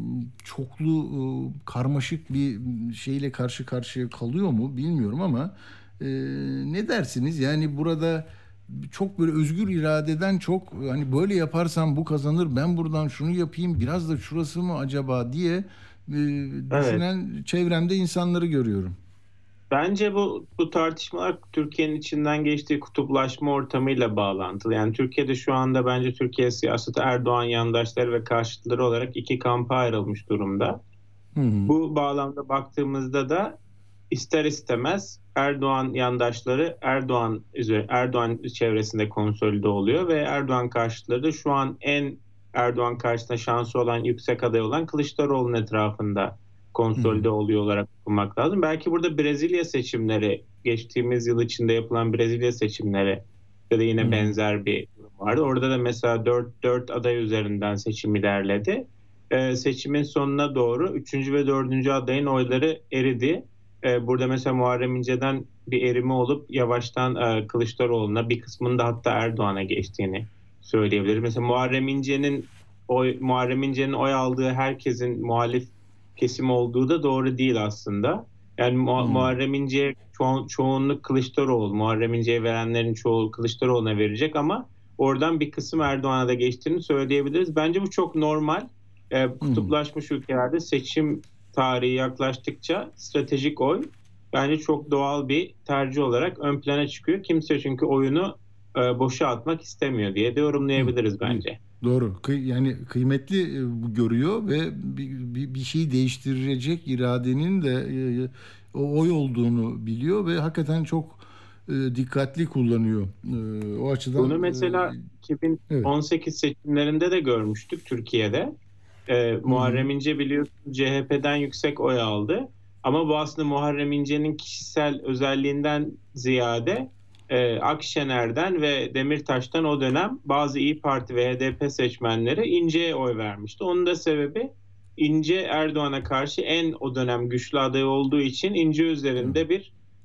çoklu karmaşık bir şeyle karşı karşıya kalıyor mu bilmiyorum ama e, ne dersiniz? Yani burada çok böyle özgür iradeden çok hani böyle yaparsam bu kazanır, ben buradan şunu yapayım, biraz da şurası mı acaba diye e, düşünen evet. çevremde insanları görüyorum. Bence bu bu tartışmalar Türkiye'nin içinden geçtiği kutuplaşma ortamıyla bağlantılı. Yani Türkiye'de şu anda bence Türkiye siyaseti Erdoğan yandaşları ve karşıtları olarak iki kampa ayrılmış durumda. Hı hı. Bu bağlamda baktığımızda da ister istemez Erdoğan yandaşları Erdoğan üzeri, Erdoğan çevresinde konsolide oluyor ve Erdoğan karşıtları da şu an en Erdoğan karşısında şansı olan yüksek aday olan Kılıçdaroğlu'nun etrafında konsolide hmm. oluyor olarak okumak lazım. Belki burada Brezilya seçimleri, geçtiğimiz yıl içinde yapılan Brezilya seçimleri ya da yine hmm. benzer bir durum vardı. Orada da mesela dört aday üzerinden seçim ilerledi. Ee, seçimin sonuna doğru üçüncü ve dördüncü adayın oyları eridi. Ee, burada mesela Muharrem İnce'den bir erime olup yavaştan e, Kılıçdaroğlu'na, bir kısmının da hatta Erdoğan'a geçtiğini söyleyebiliriz. Mesela Muharrem İnce'nin oy Muharrem İnce'nin oy aldığı herkesin muhalif kesim olduğu da doğru değil aslında. Yani Mu- hmm. Muharrem İnce'ye ço- çoğunluk Kılıçdaroğlu, Muharrem İnce'ye verenlerin çoğu Kılıçdaroğlu'na verecek ama oradan bir kısım Erdoğan'a da geçtiğini söyleyebiliriz. Bence bu çok normal. Ee, kutuplaşmış hmm. ülkelerde seçim tarihi yaklaştıkça stratejik oy bence çok doğal bir tercih olarak ön plana çıkıyor. Kimse çünkü oyunu e, boşa atmak istemiyor diye de yorumlayabiliriz hmm. bence. Doğru. Kıy- yani kıymetli e, görüyor ve bir, bir, bir şeyi değiştirecek iradenin de e, o oy olduğunu biliyor ve hakikaten çok e, dikkatli kullanıyor. E, o açıdan. Bunu mesela e, iki bin on sekiz evet. seçimlerinde de görmüştük Türkiye'de. E, Muharrem İnce biliyorsun C H P'den yüksek oy aldı. Ama bu aslında Muharrem İnce'nin kişisel özelliğinden ziyade Ee, Akşener'den ve Demirtaş'tan o dönem bazı İYİ Parti ve H D P seçmenleri İnce'ye oy vermişti. Onun da sebebi İnce Erdoğan'a karşı en o dönem güçlü aday olduğu için İnce üzerinde bir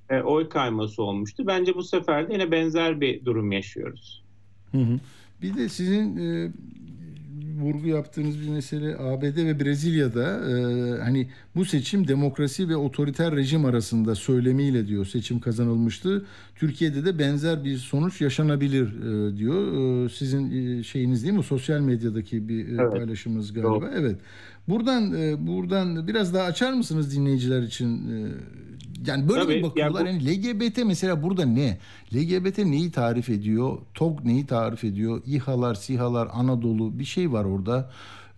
e, oy kayması olmuştu. Bence bu sefer de yine benzer bir durum yaşıyoruz. Hı hı. Bir de sizin e, vurgu yaptığınız bir mesele A B D ve Brezilya'da e, hani bu seçim demokrasi ve otoriter rejim arasında söylemiyle diyor seçim kazanılmıştı. Türkiye'de de benzer bir sonuç yaşanabilir e, diyor. E, sizin e, şeyiniz değil mi? Sosyal medyadaki bir e, Evet. paylaşımınız galiba. Doğru. Evet. Buradan e, buradan biraz daha açar mısınız dinleyiciler için? E, yani böyle Tabii, bir bakıyorlar. yani bu... Yani L G B T mesela burada ne? L G B T neyi tarif ediyor? T O G neyi tarif ediyor? İHA'lar, SİHA'lar, Anadolu bir şey var orada. Ee,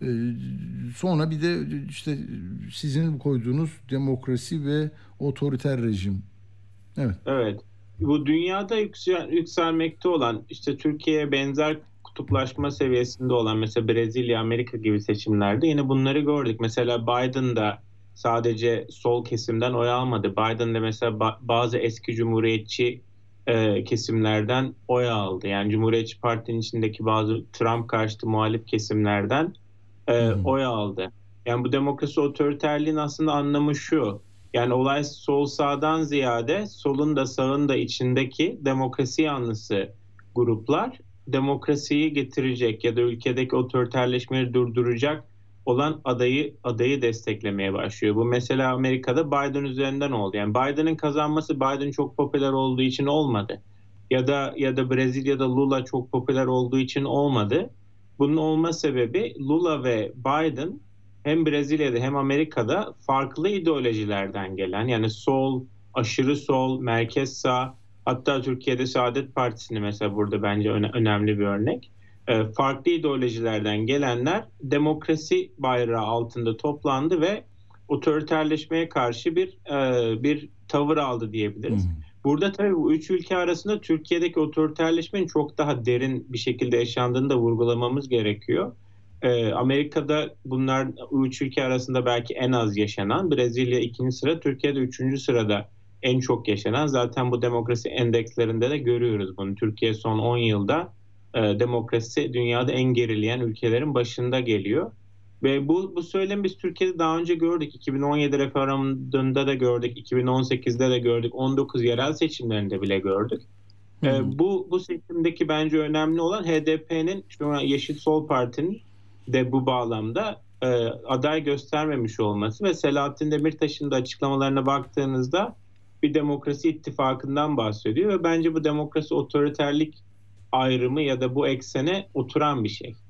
sonra bir de işte sizin koyduğunuz demokrasi ve otoriter rejim. Evet. Evet. Bu dünyada yüksel, yükselmekte olan işte Türkiye'ye benzer kutuplaşma seviyesinde olan mesela Brezilya, Amerika gibi seçimlerde yine bunları gördük. Mesela Biden da sadece sol kesimden oy almadı. Biden de mesela ba- bazı eski cumhuriyetçi e, kesimlerden oy aldı. Yani Cumhuriyetçi Parti'nin içindeki bazı Trump karşıtı muhalif kesimlerden e, oy aldı. Yani bu demokrasi otoriterliğin aslında anlamı şu. Yani olay sol sağdan ziyade solun da sağın da içindeki demokrasi yanlısı gruplar demokrasiyi getirecek ya da ülkedeki otoriterleşmeyi durduracak olan adayı adayı desteklemeye başlıyor. Bu mesela Amerika'da Biden üzerinden oldu. Yani Biden'ın kazanması Biden çok popüler olduğu için olmadı. Ya da ya da Brezilya'da Lula çok popüler olduğu için olmadı. Bunun olma sebebi Lula ve Biden hem Brezilya'da hem Amerika'da farklı ideolojilerden gelen, yani sol, aşırı sol, merkez sağ, hatta Türkiye'de Saadet Partisi'ni mesela burada bence öne, önemli bir örnek. E, farklı ideolojilerden gelenler demokrasi bayrağı altında toplandı ve otoriterleşmeye karşı bir e, bir tavır aldı diyebiliriz. Hmm. Burada tabii bu üç ülke arasında Türkiye'deki otoriterleşmenin çok daha derin bir şekilde yaşandığını da vurgulamamız gerekiyor. Ee, Amerika'da bunlar üç ülke arasında belki en az yaşanan, Brezilya ikinci sıra, Türkiye'de üçüncü sırada en çok yaşanan. Zaten bu demokrasi endekslerinde de görüyoruz bunu. Türkiye son on yılda e, demokrasi dünyada en gerileyen ülkelerin başında geliyor. Ve bu bu söylemi biz Türkiye'de daha önce gördük. iki bin on yedi referandumunda da gördük, iki bin on sekizde de gördük, on dokuz yerel seçimlerinde bile gördük. Hmm. E, bu bu seçimdeki bence önemli olan H D P'nin, şu an Yeşil Sol Parti'nin de bu bağlamda e, aday göstermemiş olması ve Selahattin Demirtaş'ın da açıklamalarına baktığınızda bir demokrasi ittifakından bahsediyor ve bence bu demokrasi otoriterlik ayrımı ya da bu eksene oturan bir şey.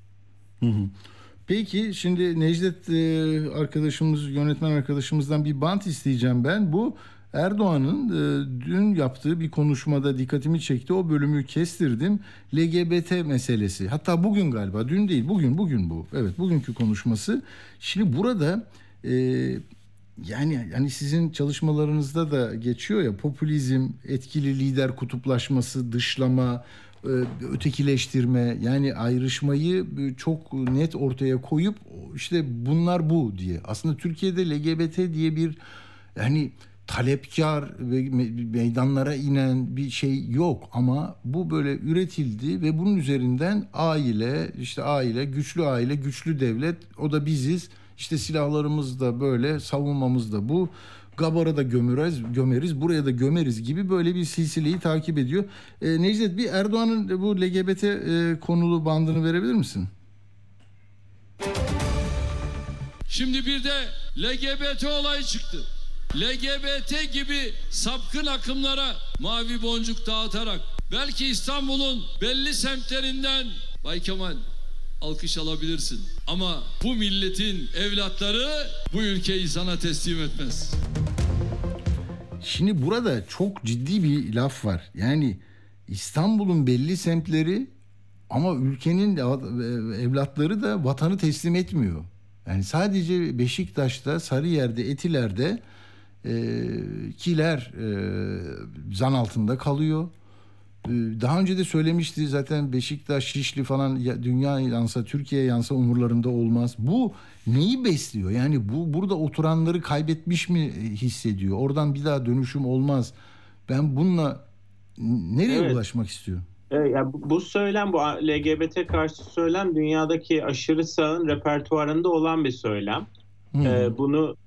Hı hı. Peki şimdi Necdet e, arkadaşımız, yönetmen arkadaşımızdan bir bant isteyeceğim ben. Bu Erdoğan'ın e, dün yaptığı bir konuşmada dikkatimi çekti. O bölümü kestirdim. L G B T meselesi. Hatta bugün galiba. Dün değil. Bugün. Bugün bu. Evet. Bugünkü konuşması. Şimdi burada e, yani hani sizin çalışmalarınızda da geçiyor ya, popülizm, etkili lider kutuplaşması, dışlama, e, ötekileştirme, yani ayrışmayı çok net ortaya koyup işte bunlar bu diye. Aslında Türkiye'de L G B T diye bir yani talepkar ve meydanlara inen bir şey yok ama bu böyle üretildi ve bunun üzerinden aile, işte aile, güçlü aile, güçlü devlet, o da biziz. İşte silahlarımız da böyle, savunmamız da bu. Gabar'a da gömeriz, gömeriz, buraya da gömeriz gibi böyle bir silsileyi takip ediyor. E, Necdet, bir Erdoğan'ın bu L G B T e, konulu bandını verebilir misin? Şimdi bir de L G B T olayı çıktı. L G B T gibi sapkın akımlara mavi boncuk dağıtarak belki İstanbul'un belli semtlerinden Bay Kemal alkış alabilirsin. Ama bu milletin evlatları bu ülkeyi sana teslim etmez. Şimdi burada çok ciddi bir laf var. Yani İstanbul'un belli semtleri ama ülkenin evlatları da vatanı teslim etmiyor. Yani sadece Beşiktaş'ta, Sarıyer'de, Etiler'de e, kiler e, zan altında kalıyor. Daha önce de söylemişti zaten, Beşiktaş, Şişli falan dünya yansa, Türkiye yansa umurlarında olmaz. Bu neyi besliyor? Yani bu burada oturanları kaybetmiş mi hissediyor? Oradan bir daha dönüşüm olmaz. Ben bununla nereye evet. ulaşmak istiyor? Evet, yani bu söylem, bu L G B T karşı söylem dünyadaki aşırı sağın repertuarında olan bir söylem. Hmm. Ee, bunu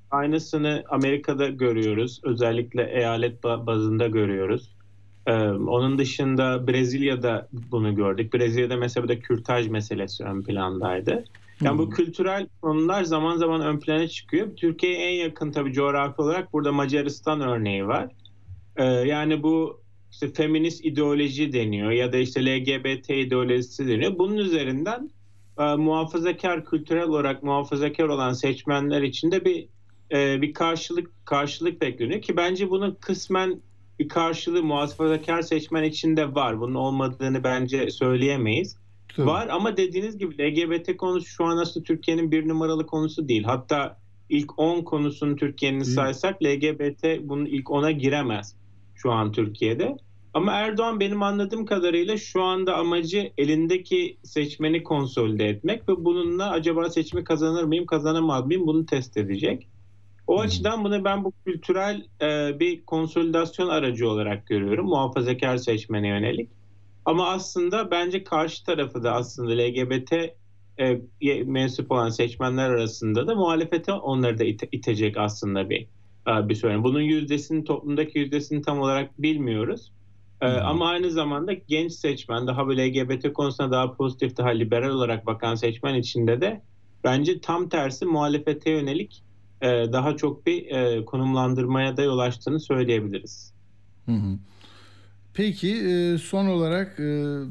aynısını Amerika'da görüyoruz. Özellikle eyalet bazında görüyoruz. Ee, onun dışında Brezilya'da bunu gördük. Brezilya'da mesela da kürtaj meselesi ön plandaydı. Yani hmm. bu kültürel konular zaman zaman ön plana çıkıyor. Türkiye'ye en yakın tabii coğrafi olarak burada Macaristan örneği var. Ee, yani bu işte feminist ideoloji deniyor ya da işte L G B T ideolojisi deniyor. Bunun üzerinden e, muhafazakar, kültürel olarak muhafazakar olan seçmenler için de bir e, bir karşılık karşılık bekleniyor ki bence bunun kısmen bir karşılığı muhafazakar seçmen içinde var. Bunun olmadığını bence söyleyemeyiz. Tabii. Var ama dediğiniz gibi L G B T konusu şu an aslında Türkiye'nin bir numaralı konusu değil. Hatta ilk on konusunu Türkiye'nin saysak L G B T bunun ilk ona giremez şu an Türkiye'de. Ama Erdoğan benim anladığım kadarıyla şu anda amacı elindeki seçmeni konsolide etmek ve bununla acaba seçimi kazanır mıyım, kazanamaz mıyım bunu test edecek. O hmm. açıdan bunu ben bu kültürel e, bir konsolidasyon aracı olarak görüyorum. Muhafazakar seçmene yönelik. Ama aslında bence karşı tarafı da aslında L G B T e, mensup olan seçmenler arasında da muhalefete onları da ite, itecek aslında bir bir sorun. Bunun yüzdesini, toplumdaki yüzdesini tam olarak bilmiyoruz. Hmm. E, ama aynı zamanda genç seçmen, daha böyle L G B T konusuna daha pozitif, daha liberal olarak bakan seçmen içinde de bence tam tersi muhalefete yönelik e, daha çok bir e, konumlandırmaya da yol açtığını söyleyebiliriz. Hı hı. Peki son olarak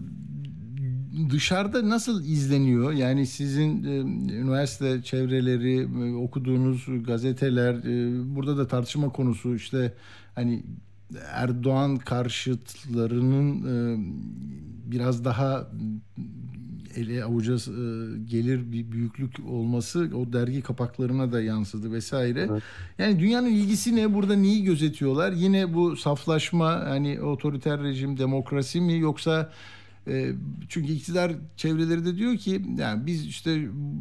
dışarıda nasıl izleniyor? Yani sizin üniversite çevreleri, okuduğunuz gazeteler, burada da tartışma konusu işte hani Erdoğan karşıtlarının biraz daha ele avuca gelir bir büyüklük olması o dergi kapaklarına da yansıdı vesaire. Evet. Yani dünyanın ilgisi ne? Burada neyi gözetiyorlar? Yine bu saflaşma, hani otoriter rejim, demokrasi mi yoksa e, çünkü iktidar çevreleri de diyor ki yani biz işte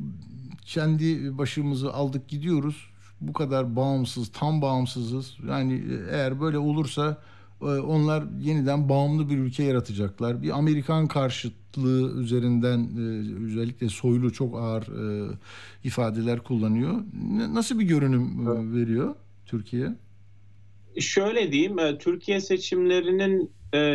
kendi başımızı aldık gidiyoruz. Bu kadar bağımsız, tam bağımsızız. Yani eğer böyle olursa onlar yeniden bağımlı bir ülke yaratacaklar. Bir Amerikan karşıtlığı üzerinden özellikle soylu çok ağır ifadeler kullanıyor. Nasıl bir görünüm veriyor Türkiye? Şöyle diyeyim, Türkiye seçimlerinin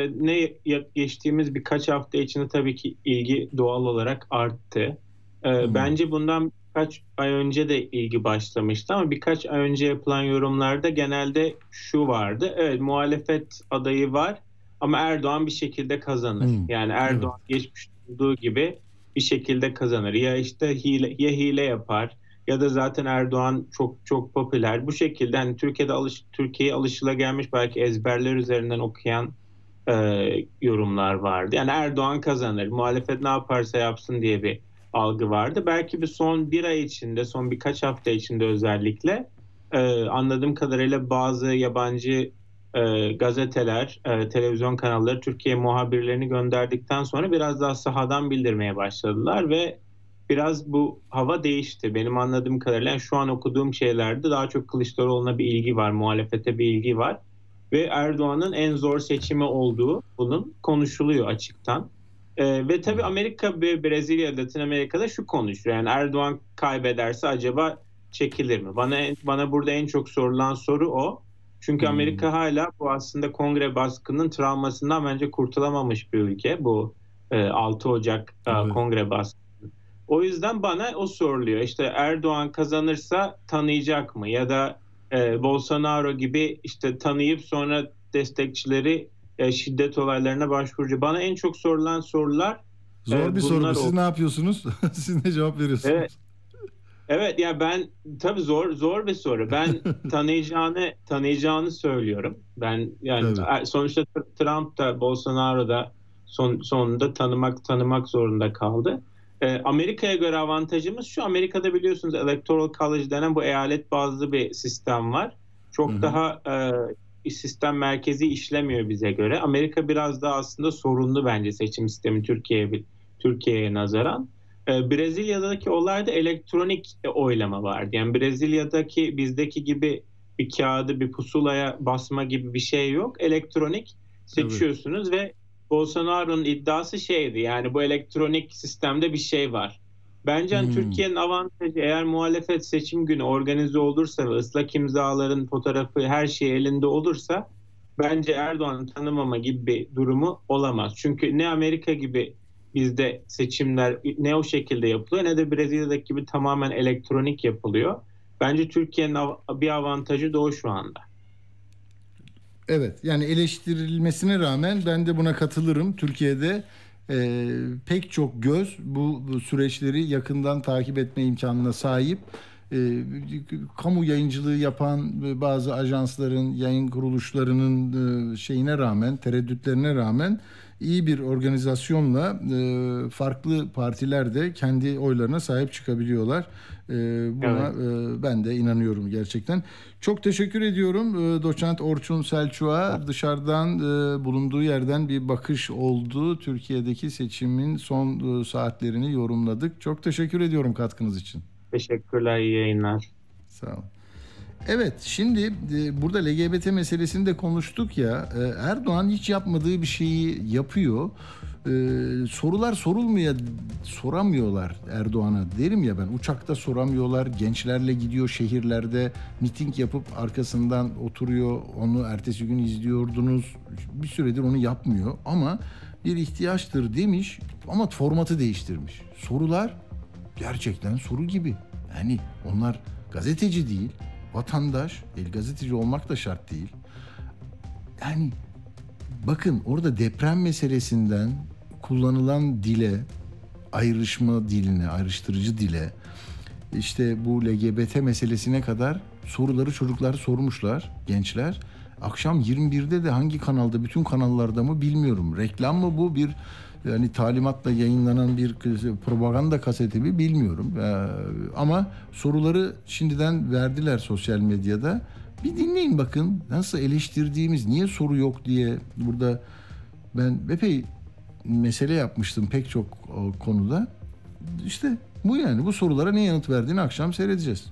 ne geçtiğimiz birkaç hafta içinde tabii ki ilgi doğal olarak arttı. Hmm. Bence bundan birkaç ay önce de ilgi başlamıştı ama birkaç ay önce yapılan yorumlarda genelde şu vardı. Evet, muhalefet adayı var ama Erdoğan bir şekilde kazanır. Hmm. Yani Erdoğan evet. geçmişte olduğu gibi bir şekilde kazanır. Ya işte hile, ya hile yapar ya da zaten Erdoğan çok çok popüler. Bu şekilde hani Türkiye'de alış, Türkiye'ye alışılagelmiş belki ezberler üzerinden okuyan e, yorumlar vardı. Yani Erdoğan kazanır, muhalefet ne yaparsa yapsın diye bir algı vardı. Belki bir son bir ay içinde, son birkaç hafta içinde özellikle e, anladığım kadarıyla bazı yabancı e, gazeteler, e, televizyon kanalları Türkiye muhabirlerini gönderdikten sonra biraz daha sahadan bildirmeye başladılar ve biraz bu hava değişti. Benim anladığım kadarıyla yani şu an okuduğum şeylerde daha çok Kılıçdaroğlu'na bir ilgi var, muhalefete bir ilgi var ve Erdoğan'ın en zor seçimi olduğu bunun konuşuluyor açıktan. Ee, ve tabii Amerika ve Brezilya, Latin Amerika'da şu konuşuyor. Yani Erdoğan kaybederse acaba çekilir mi? Bana bana burada en çok sorulan soru o. Çünkü hmm. Amerika hala bu aslında kongre baskının travmasından bence kurtulamamış bir ülke. Bu e, altı Ocak evet. e, kongre baskını. O yüzden bana o soruluyor. İşte Erdoğan kazanırsa tanıyacak mı? Ya da e, Bolsonaro gibi işte tanıyıp sonra destekçileri şiddet olaylarına başvurucu. Bana en çok sorulan sorular zor e, bir soru. Siz oldu. Ne yapıyorsunuz? Siz ne cevap veriyorsunuz? Evet. Evet ya ben tabii zor zor bir soru. Ben tanıyacağını tanıyacağını söylüyorum. Ben yani evet. sonuçta Trump da Bolsonaro da son, sonunda tanımak tanımak zorunda kaldı. E, Amerika'ya göre avantajımız şu. Amerika'da biliyorsunuz Electoral College denen bu eyalet bazlı bir sistem var. Çok Hı-hı. daha e, sistem merkezi işlemiyor bize göre. Amerika biraz daha aslında sorunlu bence seçim sistemi Türkiye'ye Türkiye'ye nazaran. Ee, Brezilya'daki olayda elektronik oylama vardı. Yani Brezilya'daki bizdeki gibi bir kağıdı bir pusulaya basma gibi bir şey yok. Elektronik seçiyorsunuz evet. Ve Bolsonaro'nun iddiası şeydi. Yani bu elektronik sistemde bir şey var. Bence hani Hmm. Türkiye'nin avantajı, eğer muhalefet seçim günü organize olursa ve ıslak imzaların fotoğrafı, her şey elinde olursa, bence Erdoğan'ı tanımama gibi bir durumu olamaz. Çünkü ne Amerika gibi bizde seçimler ne o şekilde yapılıyor, ne de Brezilya'daki gibi tamamen elektronik yapılıyor. Bence Türkiye'nin av- bir avantajı da o şu anda. Evet, yani eleştirilmesine rağmen ben de buna katılırım. Türkiye'de e, pek çok göz bu, bu süreçleri yakından takip etme imkanına sahip. E, kamu yayıncılığı yapan bazı ajansların, yayın kuruluşlarının e, şeyine rağmen, tereddütlerine rağmen iyi bir organizasyonla e, farklı partiler de kendi oylarına sahip çıkabiliyorlar. E, buna e, ben de inanıyorum gerçekten. Çok teşekkür ediyorum e, Doçent Orçun Selçuk'a. Dışarıdan e, bulunduğu yerden bir bakış oldu. Türkiye'deki seçimin son e, saatlerini yorumladık. Çok teşekkür ediyorum katkınız için. Teşekkürler, iyi yayınlar. Sağ olun. Evet, şimdi e, burada L G B T meselesini de konuştuk ya. E, Erdoğan hiç yapmadığı bir şeyi yapıyor. E, sorular sorulmuyor, soramıyorlar Erdoğan'a. Derim ya ben, uçakta soramıyorlar. Gençlerle gidiyor şehirlerde miting yapıp arkasından oturuyor. Onu ertesi gün izliyordunuz. Bir süredir onu yapmıyor ama bir ihtiyaçtır demiş ama formatı değiştirmiş. Sorular gerçekten soru gibi. Yani onlar gazeteci değil, vatandaş, el gazeteci olmak da şart değil. Yani bakın orada deprem meselesinden kullanılan dile, ayrışma diline, ayrıştırıcı dile, işte bu L G B T meselesine kadar soruları çocuklar sormuşlar, gençler. Akşam yirmi birde de hangi kanalda, bütün kanallarda mı bilmiyorum. Reklam mı bu, bir yani talimatla yayınlanan bir propaganda kaseti mi bilmiyorum. Ee, ama soruları şimdiden verdiler sosyal medyada. Bir dinleyin bakın nasıl eleştirdiğimiz, niye soru yok diye burada ben epey mesele yapmıştım pek çok konuda. İşte bu, yani bu sorulara ne yanıt verdiğini akşam seyredeceğiz.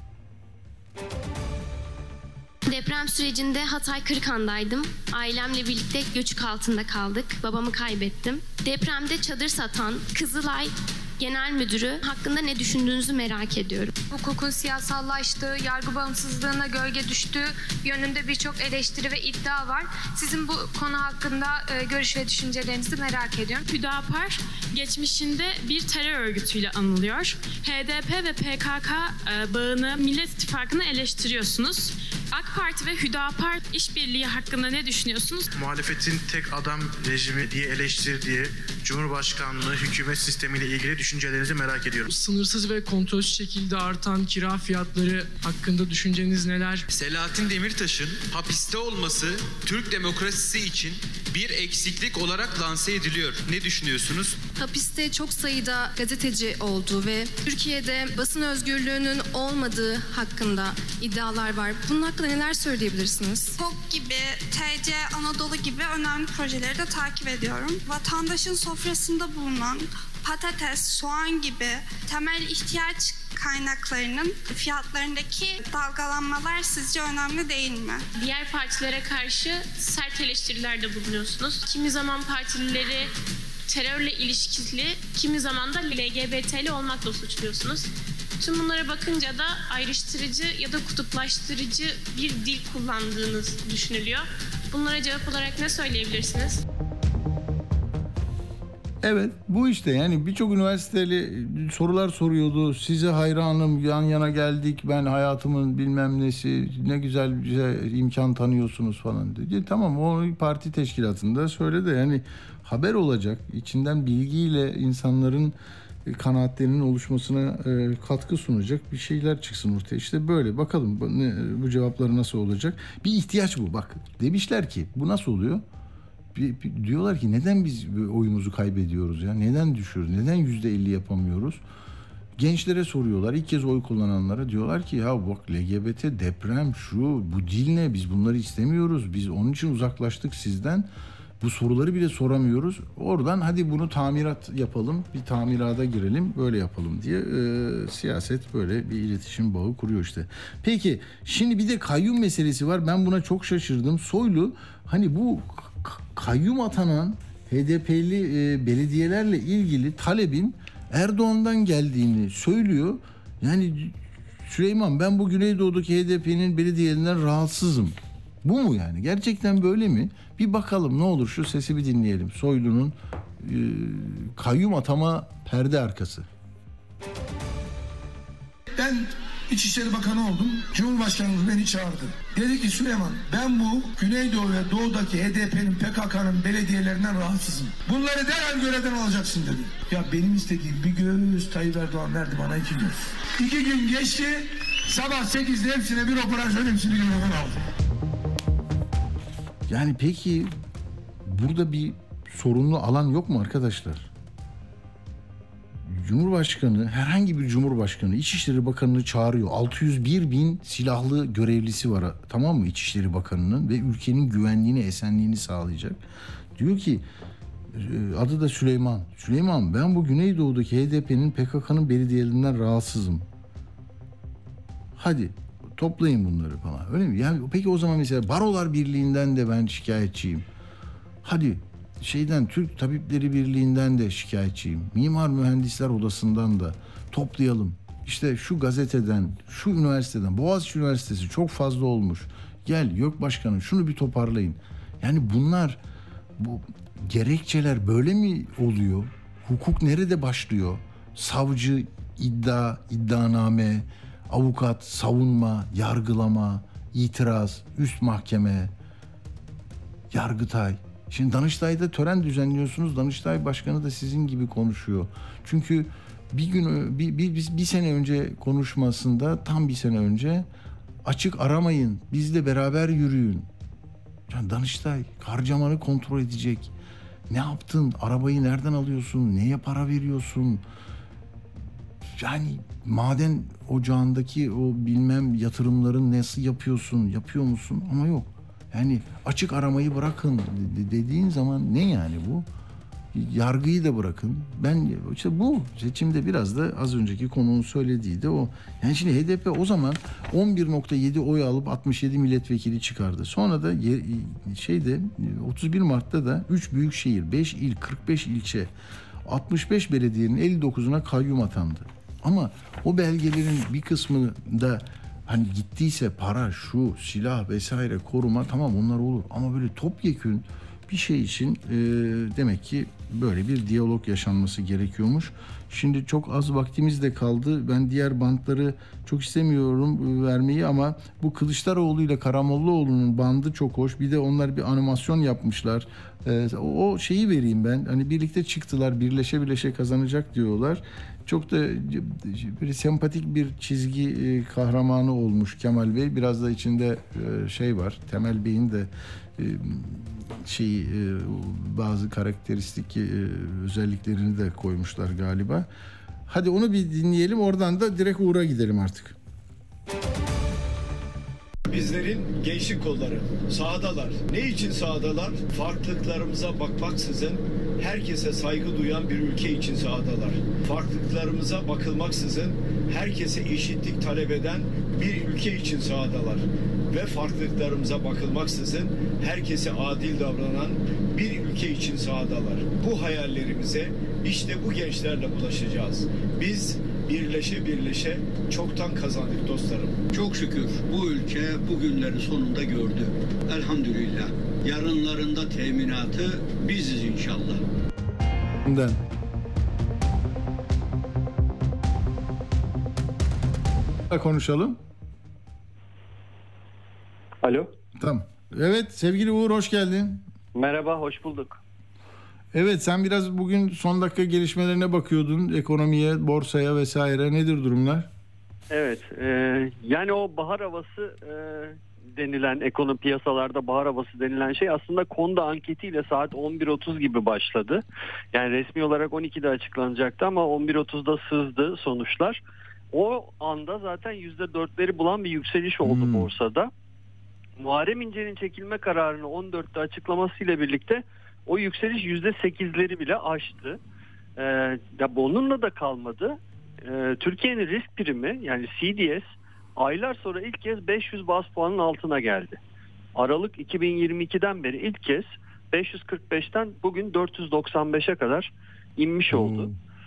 Deprem sürecinde Hatay Kırıkhan'daydım. Ailemle birlikte göçük altında kaldık. Babamı kaybettim. Depremde çadır satan Kızılay Genel Müdürü hakkında ne düşündüğünüzü merak ediyorum. Hukukun siyasallaştığı, yargı bağımsızlığına gölge düştüğü yönünde birçok eleştiri ve iddia var. Sizin bu konu hakkında e, görüş ve düşüncelerinizi merak ediyorum. Hüdapar geçmişinde bir terör örgütüyle anılıyor. H D P ve P K K e, bağını, Millet İttifakı'nı eleştiriyorsunuz. AK Parti ve Hüdapar işbirliği hakkında ne düşünüyorsunuz? Muhalefetin tek adam rejimi diye eleştirdiği Cumhurbaşkanlığı hükümet sistemiyle ilgili düşüncelerinizi merak ediyorum. Sınırsız ve kontrolsüz şekilde artan kira fiyatları hakkında düşünceniz neler? Selahattin Demirtaş'ın hapiste olması Türk demokrasisi için bir eksiklik olarak lanse ediliyor. Ne düşünüyorsunuz? Hapiste çok sayıda gazeteci olduğu ve Türkiye'de basın özgürlüğünün olmadığı hakkında iddialar var. Bunun hakkında neler söyleyebilirsiniz? KOK gibi, T C Anadolu gibi önemli projeleri de takip ediyorum. Vatandaşın sofrasında bulunan patates, soğan gibi temel ihtiyaç kaynaklarının fiyatlarındaki dalgalanmalar sizce önemli değil mi? Diğer partilere karşı sert eleştirilerde bulunuyorsunuz. Kimi zaman partilileri terörle ilişkili, kimi zaman da L G B T'li olmakla suçluyorsunuz. Tüm bunlara bakınca da ayrıştırıcı ya da kutuplaştırıcı bir dil kullandığınız düşünülüyor. Bunlara cevap olarak ne söyleyebilirsiniz? Evet, bu işte yani birçok üniversiteli sorular soruyordu. Size hayranım, yan yana geldik, ben hayatımın bilmem nesi, ne güzel bize imkan tanıyorsunuz falan dedi. Tamam, o parti teşkilatında söyle de yani haber olacak, içinden bilgiyle insanların kanaatlerinin oluşmasına katkı sunacak bir şeyler çıksın ortaya. İşte böyle bakalım bu cevapları nasıl olacak. Bir ihtiyaç bu, bak demişler ki bu nasıl oluyor? Diyorlar ki neden biz oyumuzu kaybediyoruz ya? Neden düşüyoruz? Neden yüzde elli yapamıyoruz? Gençlere soruyorlar. İlk kez oy kullananlara diyorlar ki ya bak L G B T, deprem, şu, bu dil ne? Biz bunları istemiyoruz. Biz onun için uzaklaştık sizden. Bu soruları bile soramıyoruz. Oradan hadi bunu tamirat yapalım. Bir tamirata girelim. Böyle yapalım diye e, siyaset böyle bir iletişim bağı kuruyor işte. Peki şimdi bir de kayyum meselesi var. Ben buna çok şaşırdım. Soylu hani bu kayyum atanan H D P'li e, belediyelerle ilgili talebin Erdoğan'dan geldiğini söylüyor. Yani Süleyman, ben bu Güneydoğu'daki H D P'nin belediyelerinden rahatsızım. Bu mu yani? Gerçekten böyle mi? Bir bakalım, ne olur şu sesi bir dinleyelim. Soylu'nun e, kayyum atama perde arkası. Ben İçişleri Bakanı oldum. Cumhurbaşkanımız beni çağırdı. Dedi ki Süleyman, ben bu Güneydoğu ve Doğu'daki H D P'nin, P K K'nın belediyelerinden rahatsızım. Bunları derhal görevden alacaksın dedi. Ya benim istediğim bir göz, Tayyip Erdoğan verdi bana iki göz. İki gün geçti, sabah sekizde hepsine bir operasyon, hepsini görevden aldım. Yani peki burada bir sorunlu alan yok mu arkadaşlar? Cumhurbaşkanı, herhangi bir cumhurbaşkanı İçişleri Bakanı'nı çağırıyor. altı yüz bir bin silahlı görevlisi var, tamam mı, İçişleri Bakanı'nın ve ülkenin güvenliğini, esenliğini sağlayacak. Diyor ki, adı da Süleyman. Süleyman, ben bu Güneydoğu'daki H D P'nin, P K K'nın belediyelerinden rahatsızım. Hadi toplayın bunları falan. Öyle mi? Yani peki o zaman mesela Barolar Birliği'nden de ben şikayetçiyim. Hadi şeyden, Türk Tabipleri Birliği'nden de şikayetçiyim. Mimar Mühendisler Odası'ndan da toplayalım. İşte şu gazeteden, şu üniversiteden, Boğaziçi Üniversitesi çok fazla olmuş. Gel YÖK Başkanı, şunu bir toparlayın. Yani bunlar, bu gerekçeler böyle mi oluyor? Hukuk nerede başlıyor? Savcı, iddia, iddianame, avukat, savunma, yargılama, itiraz, üst mahkeme, Yargıtay. Şimdi Danıştay'da tören düzenliyorsunuz. Danıştay Başkanı da sizin gibi konuşuyor. Çünkü bir gün, bir, bir, bir, bir sene önce konuşmasında, tam bir sene önce, açık aramayın, bizle beraber yürüyün. Yani Danıştay harcamanı kontrol edecek. Ne yaptın? Arabayı nereden alıyorsun? Neye para veriyorsun? Yani maden ocağındaki o bilmem yatırımların nasıl yapıyorsun? Yapıyor musun? Ama yok. Yani açık aramayı bırakın dediğin zaman ne yani bu? Yargıyı da bırakın. Ben işte bu seçimde biraz da az önceki konuğun söylediği de o. Yani şimdi H D P o zaman on bir nokta yedi oy alıp altmış yedi milletvekili çıkardı. Sonra da şeyde otuz bir Mart'ta da üç büyük şehir, beş il, kırk beş ilçe, altmış beş belediyenin elli dokuzuna kayyum atandı. Ama o belgelerin bir kısmı da hani gittiyse para, şu silah vesaire, koruma, tamam, onlar olur. Ama böyle topyekün bir şey için e, demek ki böyle bir diyalog yaşanması gerekiyormuş. Şimdi çok az vaktimiz de kaldı. Ben diğer bantları çok istemiyorum vermeyi ama bu Kılıçdaroğlu ile Karamollaoğlu'nun bandı çok hoş. Bir de onlar bir animasyon yapmışlar. E, o şeyi vereyim ben. Hani birlikte çıktılar, birleşe birleşe kazanacak diyorlar. Çok da bir sempatik bir çizgi kahramanı olmuş Kemal Bey. Biraz da içinde şey var. Temel Bey'in de şeyi, bazı karakteristik özelliklerini de koymuşlar galiba. Hadi onu bir dinleyelim. Oradan da direkt Uğur'a gidelim artık. Bizlerin gençlik kolları sahadalar. Ne için sahadalar? Farklılıklarımıza bakmaksızın herkese saygı duyan bir ülke için sahadalar. Farklılıklarımıza bakılmaksızın herkese eşitlik talep eden bir ülke için sahadalar. Ve farklılıklarımıza bakılmaksızın herkese adil davranan bir ülke için sahadalar. Bu hayallerimize işte bu gençlerle ulaşacağız. Biz birleşe birleşe çoktan kazandık dostlarım. Çok şükür bu ülke bu günleri sonunda gördü. Elhamdülillah. Yarınlarında teminatı biziz inşallah. Bundan. Konuşalım. Alo. Tamam. Evet sevgili Uğur, hoş geldin. Merhaba, hoş bulduk. Evet, sen biraz bugün son dakika gelişmelerine bakıyordun. Ekonomiye, borsaya vesaire. Nedir durumlar? Evet. E, yani o bahar havası e, denilen, ekonomi piyasalarda bahar havası denilen şey aslında Konda anketiyle saat on bir otuz gibi başladı. Yani resmi olarak on ikide açıklanacaktı ama on bir otuzda sızdı sonuçlar. O anda zaten yüzde dörtleri bulan bir yükseliş oldu hmm. borsada. Muharrem İnce'nin çekilme kararını on dörtte açıklamasıyla birlikte o yükseliş yüzde sekizleri bile aştı. Ee, ya bununla da kalmadı. Ee, Türkiye'nin risk primi yani C D S aylar sonra ilk kez beş yüz baz puanın altına geldi. Aralık iki bin yirmi ikiden beri ilk kez beş yüz kırk beşten bugün dört yüz doksan beşe kadar inmiş oldu.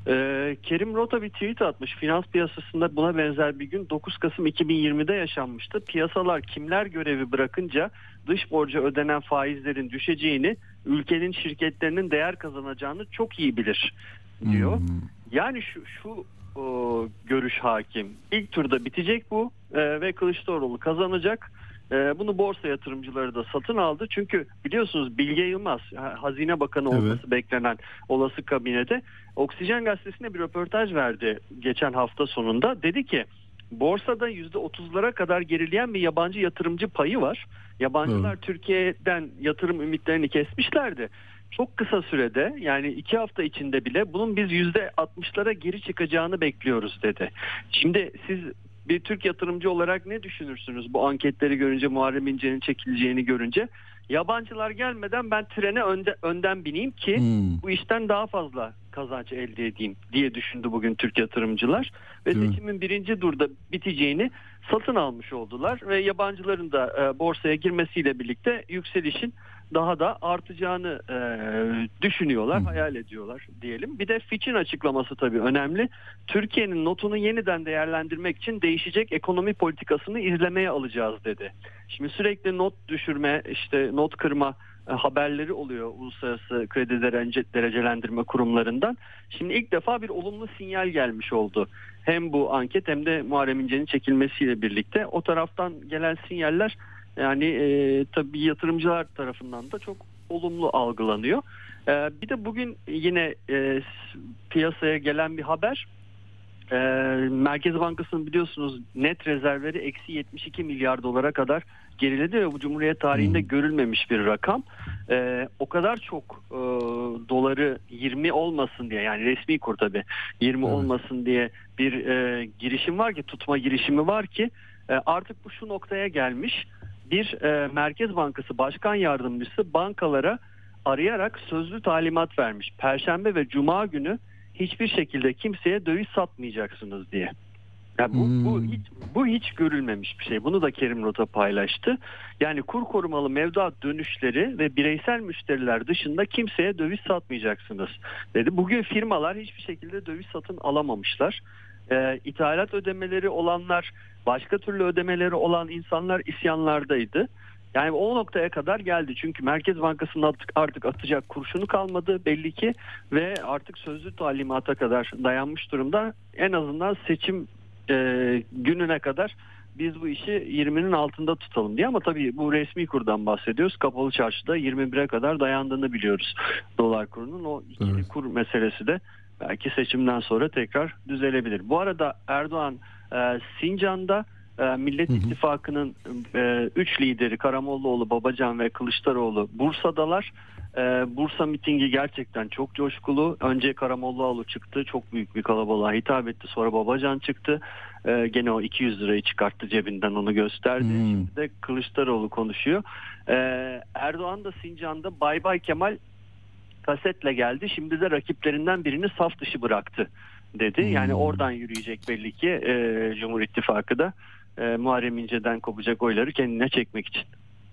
Ee, Kerim Rota bir tweet atmış. Finans piyasasında buna benzer bir gün dokuz Kasım iki bin yirmide yaşanmıştı. Piyasalar kimler görevi bırakınca dış borca ödenen faizlerin düşeceğini, ülkenin şirketlerinin değer kazanacağını çok iyi bilir diyor. Hmm. Yani şu, şu o, görüş hakim. İlk turda bitecek bu e, ve Kılıçdaroğlu kazanacak. E, bunu borsa yatırımcıları da satın aldı. Çünkü biliyorsunuz Bilge Yılmaz, Hazine Bakanı olması evet. beklenen olası kabinede, Oksijen Gazetesi'ne bir röportaj verdi geçen hafta sonunda. Dedi ki borsada yüzde otuzlara kadar gerileyen bir yabancı yatırımcı payı var. Yabancılar evet. Türkiye'den yatırım ümitlerini kesmişlerdi. Çok kısa sürede, yani iki hafta içinde bile bunun biz yüzde altmışlara geri çıkacağını bekliyoruz dedi. Şimdi siz bir Türk yatırımcı olarak ne düşünürsünüz bu anketleri görünce, Muharrem İnce'nin çekileceğini görünce? Yabancılar gelmeden ben trene önde, önden bineyim ki hmm. bu işten daha fazla kazanç elde edeyim diye düşündü bugün Türk yatırımcılar. Ve Değil seçimin mi? birinci turda biteceğini satın almış oldular. Ve yabancıların da e, borsaya girmesiyle birlikte yükselişin daha da artacağını e, düşünüyorlar, hmm. hayal ediyorlar diyelim. Bir de Fitch'in açıklaması tabii önemli. Türkiye'nin notunu yeniden değerlendirmek için değişecek ekonomi politikasını izlemeye alacağız dedi. Şimdi sürekli not düşürme, işte not kırma e, haberleri oluyor uluslararası kredi derece, derecelendirme kurumlarından. Şimdi ilk defa bir olumlu sinyal gelmiş oldu. Hem bu anket hem de Muharrem İnce'nin çekilmesiyle birlikte o taraftan gelen sinyaller yani e, tabii yatırımcılar tarafından da çok olumlu algılanıyor. E, bir de bugün yine e, piyasaya gelen bir haber. E, Merkez Bankası'nın biliyorsunuz net rezervleri eksi yetmiş iki milyar dolara kadar geriledi ve bu Cumhuriyet tarihinde hmm. görülmemiş bir rakam. E, o kadar çok e, doları yirmi olmasın diye, yani resmi kur tabii yirmi evet. olmasın diye bir e, girişim var ki, tutma girişimi var ki e, artık bu şu noktaya gelmiş. Bir e, Merkez Bankası Başkan Yardımcısı bankalara arayarak sözlü talimat vermiş. Perşembe ve Cuma günü hiçbir şekilde kimseye döviz satmayacaksınız diye. Yani bu, hmm. bu, hiç, bu hiç görülmemiş bir şey. Bunu da Kerim Rota paylaştı. Yani kur korumalı mevduat dönüşleri ve bireysel müşteriler dışında kimseye döviz satmayacaksınız dedi. Bugün firmalar hiçbir şekilde döviz satın alamamışlar. E, ithalat ödemeleri olanlar, başka türlü ödemeleri olan insanlar isyanlardaydı. Yani o noktaya kadar geldi. Çünkü Merkez Bankası'nın artık, artık atacak kurşunu kalmadı belli ki ve artık sözlü talimata kadar dayanmış durumda. En azından seçim e, gününe kadar biz bu işi yirminin altında tutalım diye, ama tabii bu resmi kurdan bahsediyoruz. Kapalı çarşıda yirmi bire kadar dayandığını biliyoruz dolar kurunun. O ikili evet. kur meselesi de belki seçimden sonra tekrar düzelebilir. Bu arada Erdoğan e, Sincan'da e, Millet hı hı. İttifakı'nın e, üç lideri Karamollaoğlu, Babacan ve Kılıçdaroğlu Bursa'dalar. E, Bursa mitingi gerçekten çok coşkulu. Önce Karamollaoğlu çıktı, çok büyük bir kalabalığa hitap etti. Sonra Babacan çıktı. E, gene o iki yüz lirayı çıkarttı cebinden, onu gösterdi. Hmm. Şimdi de Kılıçdaroğlu konuşuyor. E, Erdoğan da Sincan'da Bay Bay Kemal kasetle geldi. Şimdi de rakiplerinden birini saf dışı bıraktı dedi. Hmm. Yani oradan yürüyecek belli ki e, Cumhur İttifakı da e, Muharrem İnce'den kopacak oyları kendine çekmek için.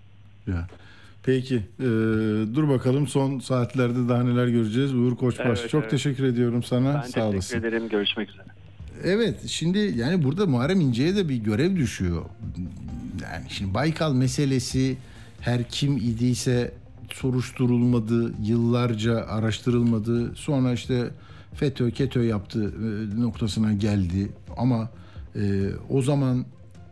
Ya. Peki. E, dur bakalım son saatlerde daha neler göreceğiz. Uğur Koçbaş. Evet, çok evet. teşekkür ediyorum sana. Ben Sağ olasın. teşekkür ederim. Görüşmek üzere. Evet. Şimdi yani burada Muharrem İnce'ye de bir görev düşüyor. Yani şimdi Baykal meselesi her kim idiyse soruşturulmadı, yıllarca araştırılmadı. Sonra işte FETÖ, KETÖ yaptı noktasına geldi. Ama e, o zaman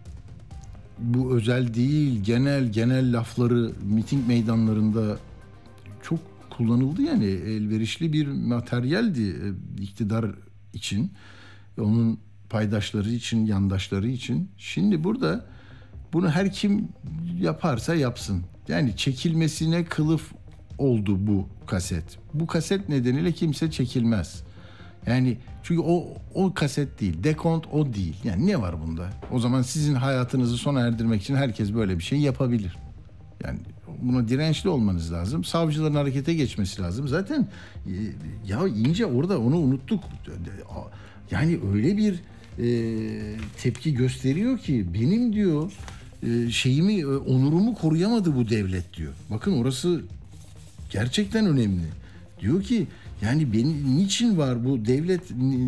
bu özel değil, genel genel lafları miting meydanlarında çok kullanıldı. Yani elverişli bir materyaldi iktidar için, onun paydaşları için, yandaşları için. Şimdi burada bunu her kim yaparsa yapsın. Yani çekilmesine kılıf oldu bu kaset. Bu kaset nedeniyle kimse çekilmez. Yani çünkü o o kaset değil, dekont o değil. Yani ne var bunda? O zaman sizin hayatınızı sona erdirmek için herkes böyle bir şey yapabilir. Yani buna dirençli olmanız lazım. Savcıların harekete geçmesi lazım. Zaten ya İnce orada onu unuttuk. Yani öyle bir e, tepki gösteriyor ki benim diyor şeyimi, onurumu koruyamadı bu devlet diyor. Bakın orası gerçekten önemli. Diyor ki Yani benim niçin var bu devlet,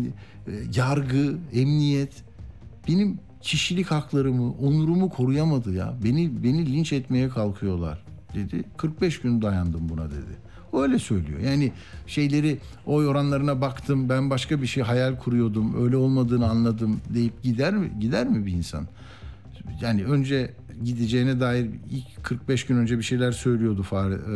yargı, emniyet benim kişilik haklarımı, onurumu koruyamadı ya. Beni beni linç etmeye kalkıyorlar dedi. kırk beş gün dayandım buna dedi. O öyle söylüyor. Yani şeyleri, oy oranlarına baktım, ben başka bir şey hayal kuruyordum, öyle olmadığını anladım deyip gider mi? Gider mi bir insan? Yani önce gideceğine dair ilk kırk beş gün önce bir şeyler söylüyordu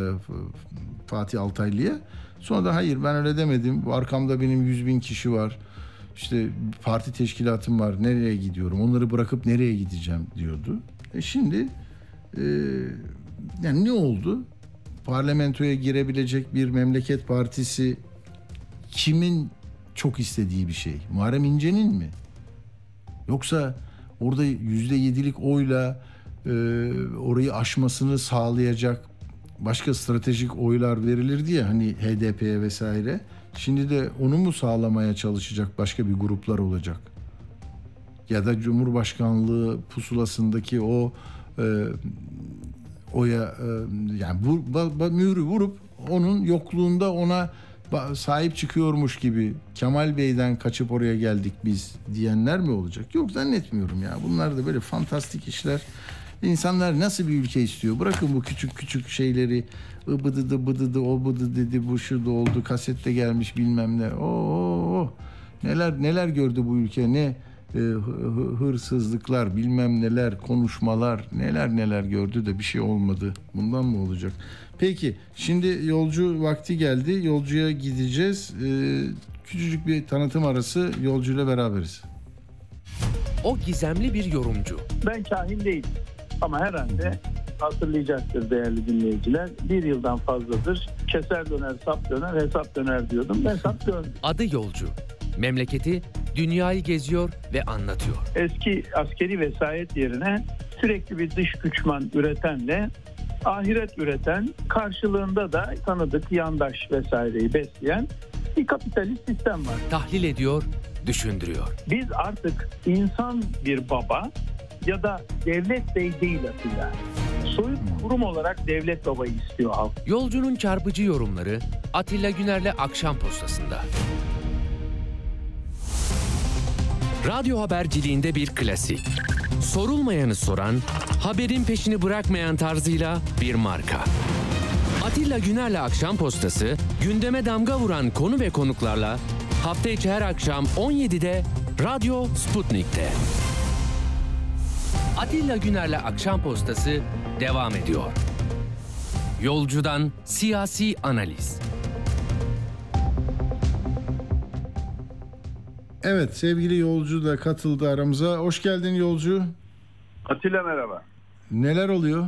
Fatih Altaylı'ya. Sonra da hayır ben öyle demedim. Bu arkamda benim yüz bin kişi var. İşte parti teşkilatım var. Nereye gidiyorum? Onları bırakıp nereye gideceğim diyordu. E şimdi e, yani ne oldu? Parlamentoya girebilecek bir memleket partisi kimin çok istediği bir şey? Muharrem İnce'nin mi? Yoksa orada yüzde yedilik oyla e, orayı aşmasını sağlayacak başka stratejik oylar verilirdi ya hani H D P'ye vesaire. Şimdi de onu mu sağlamaya çalışacak başka bir gruplar olacak? Ya da Cumhurbaşkanlığı pusulasındaki o e, oya e, yani bu ba, ba, mührü vurup onun yokluğunda ona sahip çıkıyormuş gibi Kemal Bey'den kaçıp oraya geldik biz diyenler mi olacak? Yok zannetmiyorum ya. Bunlar da böyle fantastik işler. İnsanlar nasıl bir ülke istiyor? Bırakın bu küçük küçük şeyleri. Bıdıdı bıdıdı o bıdı dedi bu şu da oldu kasette gelmiş bilmem ne. Oo, neler neler gördü bu ülke, ne e, hırsızlıklar bilmem neler, konuşmalar neler neler gördü de bir şey olmadı. Bundan mı olacak? Peki şimdi yolcu vakti geldi. Yolcuya gideceğiz. Ee, küçücük bir tanıtım arası, yolcuyla beraberiz. O gizemli bir yorumcu. Ben kahin değilim ama herhalde hatırlayacaktır değerli dinleyiciler. Bir yıldan fazladır keser döner, sap döner, hesap döner diyordum. Ben hesap döndüm. Adı yolcu. Memleketi, dünyayı geziyor ve anlatıyor. Eski askeri vesayet yerine sürekli bir dış güçman üretenle ahiret üreten, karşılığında da tanıdık yandaş vesaireyi besleyen bir kapitalist sistem var. Tahlil ediyor, düşündürüyor. Biz artık insan bir baba ya da devlet bey değil aslında. Soyut kurum olarak devlet babayı istiyor halk. Yolcunun çarpıcı yorumları Atilla Güner'le Akşam Postası'nda. Radyo haberciliğinde bir klasik. Sorulmayanı soran, haberin peşini bırakmayan tarzıyla bir marka. Atilla Güner'le Akşam Postası, gündeme damga vuran konu ve konuklarla hafta içi her akşam on yedide Radyo Sputnik'te. Atilla Güner'le Akşam Postası devam ediyor. Yolcudan siyasi analiz. Evet, sevgili yolcu da katıldı aramıza. Hoş geldin yolcu. Atilla merhaba. Neler oluyor?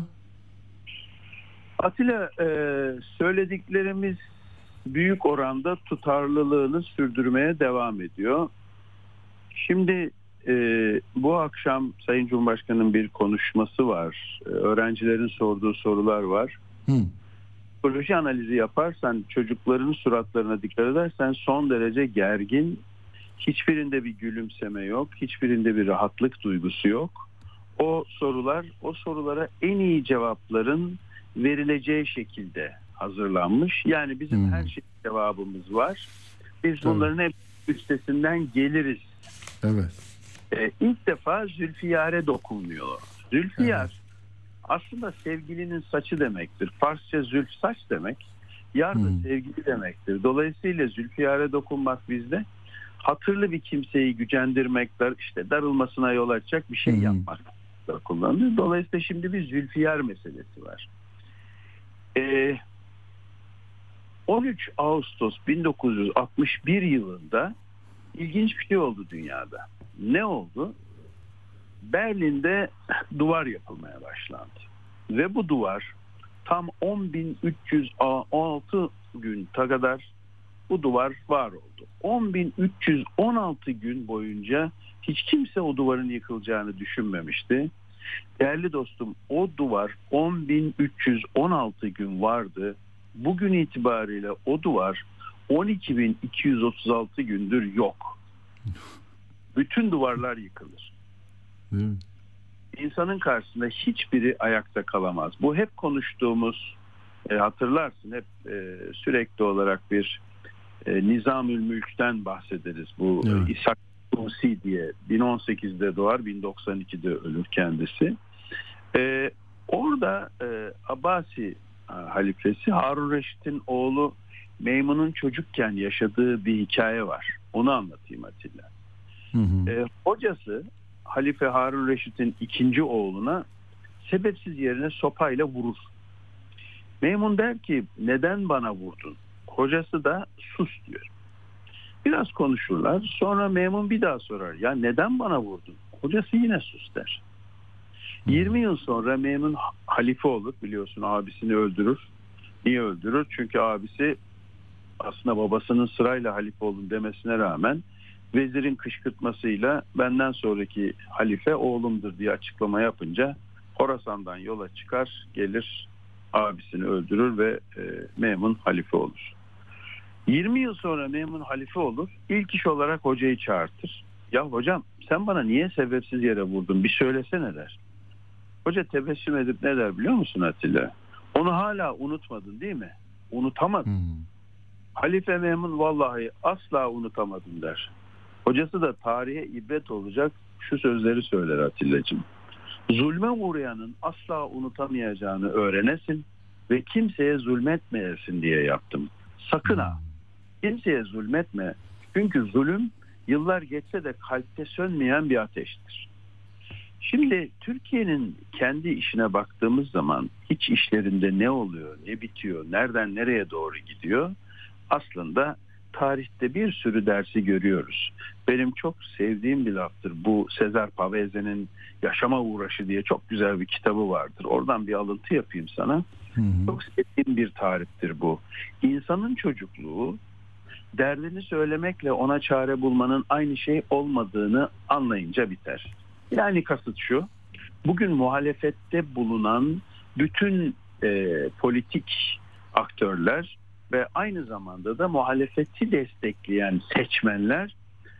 Atilla, e, söylediklerimiz büyük oranda tutarlılığını sürdürmeye devam ediyor. Şimdi e, bu akşam Sayın Cumhurbaşkanı'nın bir konuşması var. E, öğrencilerin sorduğu sorular var. Hı. Psikoloji analizi yaparsan, çocukların suratlarına dikkat edersen son derece gergin. Hiçbirinde bir gülümseme yok. Hiçbirinde bir rahatlık duygusu yok. O sorular, o sorulara en iyi cevapların verileceği şekilde hazırlanmış. Yani bizim hmm. her şey cevabımız var. Biz Tabii. bunların hep üstesinden geliriz. Evet. Ee, ilk defa Zülfiyar'e dokunmuyor. Zülfiyar evet. aslında sevgilinin saçı demektir. Farsça zülf saç demek. Yar da hmm. sevgili demektir. Dolayısıyla Zülfiyar'e dokunmak bizde hatırlı bir kimseyi gücendirmekler, işte darılmasına yol açacak bir şey hmm. yapmak kullanılıyor. Dolayısıyla şimdi bir Zülfiyar meselesi var. Ee, on üç Ağustos bin dokuz yüz altmış bir yılında ilginç bir şey oldu dünyada. Ne oldu? Berlin'de duvar yapılmaya başlandı. Ve bu duvar tam on bin üç yüz on altı gün kadar bu duvar var oldu. on bin üç yüz on altı gün boyunca hiç kimse o duvarın yıkılacağını düşünmemişti. Değerli dostum, o duvar on bin üç yüz on altı gün vardı. Bugün itibariyle o duvar on iki bin iki yüz otuz altı gündür yok. Bütün duvarlar yıkılır. Hmm. İnsanın karşısında hiçbiri ayakta kalamaz. Bu hep konuştuğumuz, e, hatırlarsın hep e, sürekli olarak bir e, Nizamül Mülk'ten bahsederiz. Bu Evet. e, İshak Tusi diye bin on sekizde doğar, bin doksan ikide ölür kendisi. E, orada e, Abbasi e, halifesi Harun Reşit'in oğlu Meymun'un çocukken yaşadığı bir hikaye var. Onu anlatayım Atilla. Hı hı. E, hocası Halife Harun Reşit'in ikinci oğluna sebepsiz yerine sopayla vurur. Meymun der ki neden bana vurdun? Hocası da sus diyor. Biraz konuşurlar. Sonra Meymun bir daha sorar. Ya neden bana vurdun? Hocası yine sus der. yirmi yıl sonra Meymun halife olur. Biliyorsun abisini öldürür. Niye öldürür? Çünkü abisi aslında babasının sırayla halife olun demesine rağmen vezirin kışkırtmasıyla benden sonraki halife oğlumdur diye açıklama yapınca Horasan'dan yola çıkar, gelir abisini öldürür ve e, Meymun halife olur. yirmi yıl sonra Meymun halife olur. İlk iş olarak hocayı çağırtır. Ya hocam sen bana niye sebepsiz yere vurdun? Bir söylesene der. Hoca tebessüm edip ne der biliyor musun Atilla? Onu hala unutmadın değil mi? Unutamadın. Hmm. Halife Meymun vallahi asla unutamadım der. Hocası da tarihe ibret olacak şu sözleri söyler Atilla'cığım. Zulme uğrayanın asla unutamayacağını öğrenesin ve kimseye zulmetmeyesin diye yaptım. Sakın ha, kimseye zulmetme. Çünkü zulüm yıllar geçse de kalpte sönmeyen bir ateştir. Şimdi Türkiye'nin kendi işine baktığımız zaman iç işlerinde ne oluyor, ne bitiyor, nereden nereye doğru gidiyor? Aslında tarihte bir sürü dersi görüyoruz. Benim çok sevdiğim bir laftır. Bu Cesare Pavese'nin Yaşama Uğraşı diye çok güzel bir kitabı vardır. Oradan bir alıntı yapayım sana. Hı hı. Çok sevdiğim bir tariftir bu. İnsanın çocukluğu derdini söylemekle ona çare bulmanın aynı şey olmadığını anlayınca biter. Yani kasıt şu. Bugün muhalefette bulunan bütün e, politik aktörler ve aynı zamanda da muhalefeti destekleyen seçmenler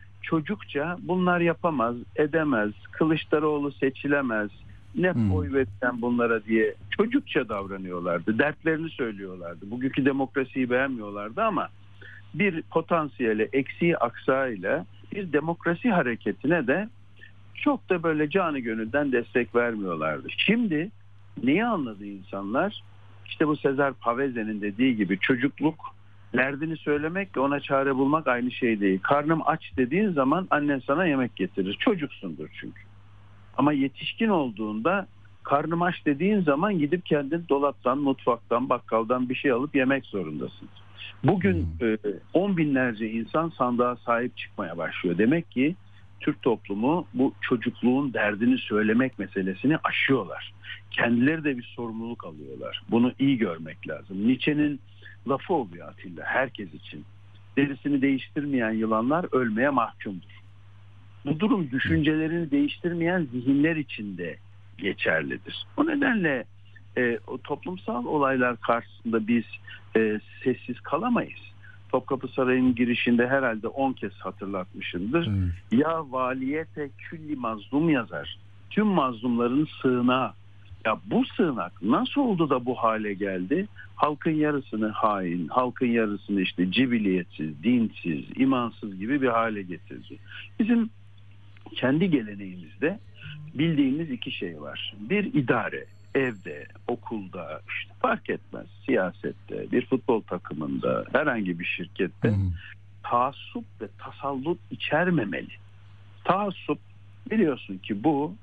çocukça bunlar yapamaz, edemez, Kılıçdaroğlu seçilemez, ne hmm. oy versen bunlara diye çocukça davranıyorlardı. Dertlerini söylüyorlardı. Bugünkü demokrasiyi beğenmiyorlardı ama bir potansiyeli eksiği aksağıyla bir demokrasi hareketine de çok da böyle canı gönülden destek vermiyorlardı. Şimdi neyi anladı insanlar? İşte bu Cesare Pavese'nin dediği gibi çocukluk derdini söylemekle ona çare bulmak aynı şey değil. Karnım aç dediğin zaman annen sana yemek getirir. Çocuksundur çünkü. Ama yetişkin olduğunda karnım aç dediğin zaman gidip kendin dolaptan, mutfaktan, bakkaldan bir şey alıp yemek zorundasın. Bugün e, on binlerce insan sandığa sahip çıkmaya başlıyor. Demek ki Türk toplumu bu çocukluğun derdini söylemek meselesini aşıyorlar. Kendileri de bir sorumluluk alıyorlar. Bunu iyi görmek lazım. Nietzsche'nin lafı oluyor Atilla herkes için. Derisini değiştirmeyen yılanlar ölmeye mahkumdur. Bu durum düşüncelerini değiştirmeyen zihinler için de geçerlidir. O nedenle e, o toplumsal olaylar karşısında biz e, sessiz kalamayız. Topkapı Sarayı'nın girişinde herhalde on kez hatırlatmışımdır. Hmm. Ya valiyete külli mazlum yazar. Tüm mazlumların sığınağı. Ya bu sığınak nasıl oldu da bu hale geldi? Halkın yarısını hain, halkın yarısını işte cibiliyetsiz, dinsiz, imansız gibi bir hale getirdi. Bizim kendi geleneğimizde bildiğimiz iki şey var. Bir idare, evde, okulda, işte fark etmez, siyasette, bir futbol takımında, herhangi bir şirkette hmm. taassup ve tasallut içermemeli. Taassup biliyorsun ki bu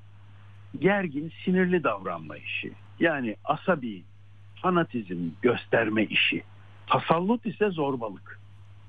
gergin, sinirli davranma işi. Yani asabi, fanatizm gösterme işi. Tasallut ise zorbalık.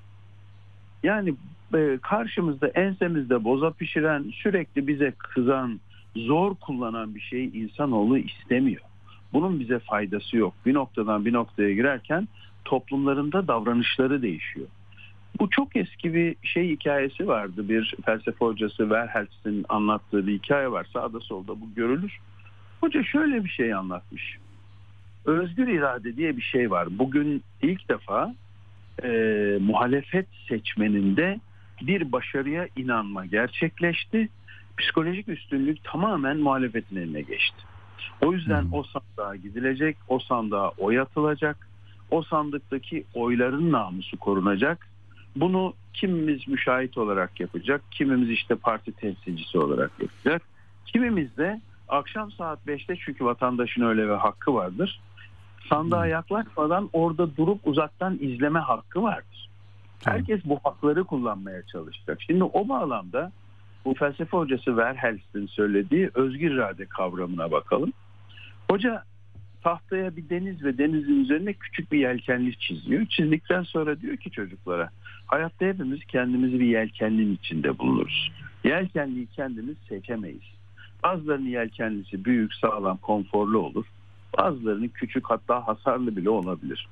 Yani e, karşımızda ensemizde boza pişiren, sürekli bize kızan, zor kullanan bir şey insanoğlu istemiyor. Bunun bize faydası yok. Bir noktadan bir noktaya girerken toplumlarında davranışları değişiyor. Bu çok eski bir şey hikayesi vardı. Bir felsefe hocası Verhelst'in anlattığı bir hikaye var. Sağda solda bu görülür. Hoca şöyle bir şey anlatmış. Özgür irade diye bir şey var. Bugün ilk defa e, muhalefet seçmeninde bir başarıya inanma gerçekleşti. Psikolojik üstünlük tamamen muhalefetin eline geçti. O yüzden hmm. o sandığa gidilecek, o sandığa oy atılacak, o sandıktaki oyların namusu korunacak Bunu kimimiz müşahit olarak yapacak, kimimiz işte parti temsilcisi olarak yapacak. Kimimiz de akşam saat beşte, çünkü vatandaşın öyle bir hakkı vardır, sandığa yaklaşmadan orada durup uzaktan izleme hakkı vardır. Herkes bu hakları kullanmaya çalışacak. Şimdi o bağlamda bu felsefe hocası Verhelst'in söylediği özgür irade kavramına bakalım. Hoca tahtaya bir deniz ve denizin üzerine küçük bir yelkenlik çiziyor. Çizdikten sonra diyor ki çocuklara, hayatta hepimiz kendimizi bir yelkenliğin içinde bulunuruz. Yelkenliği kendimiz seçemeyiz. Bazılarının yelkenlisi büyük, sağlam, konforlu olur. Bazılarının küçük, hatta hasarlı bile olabilir.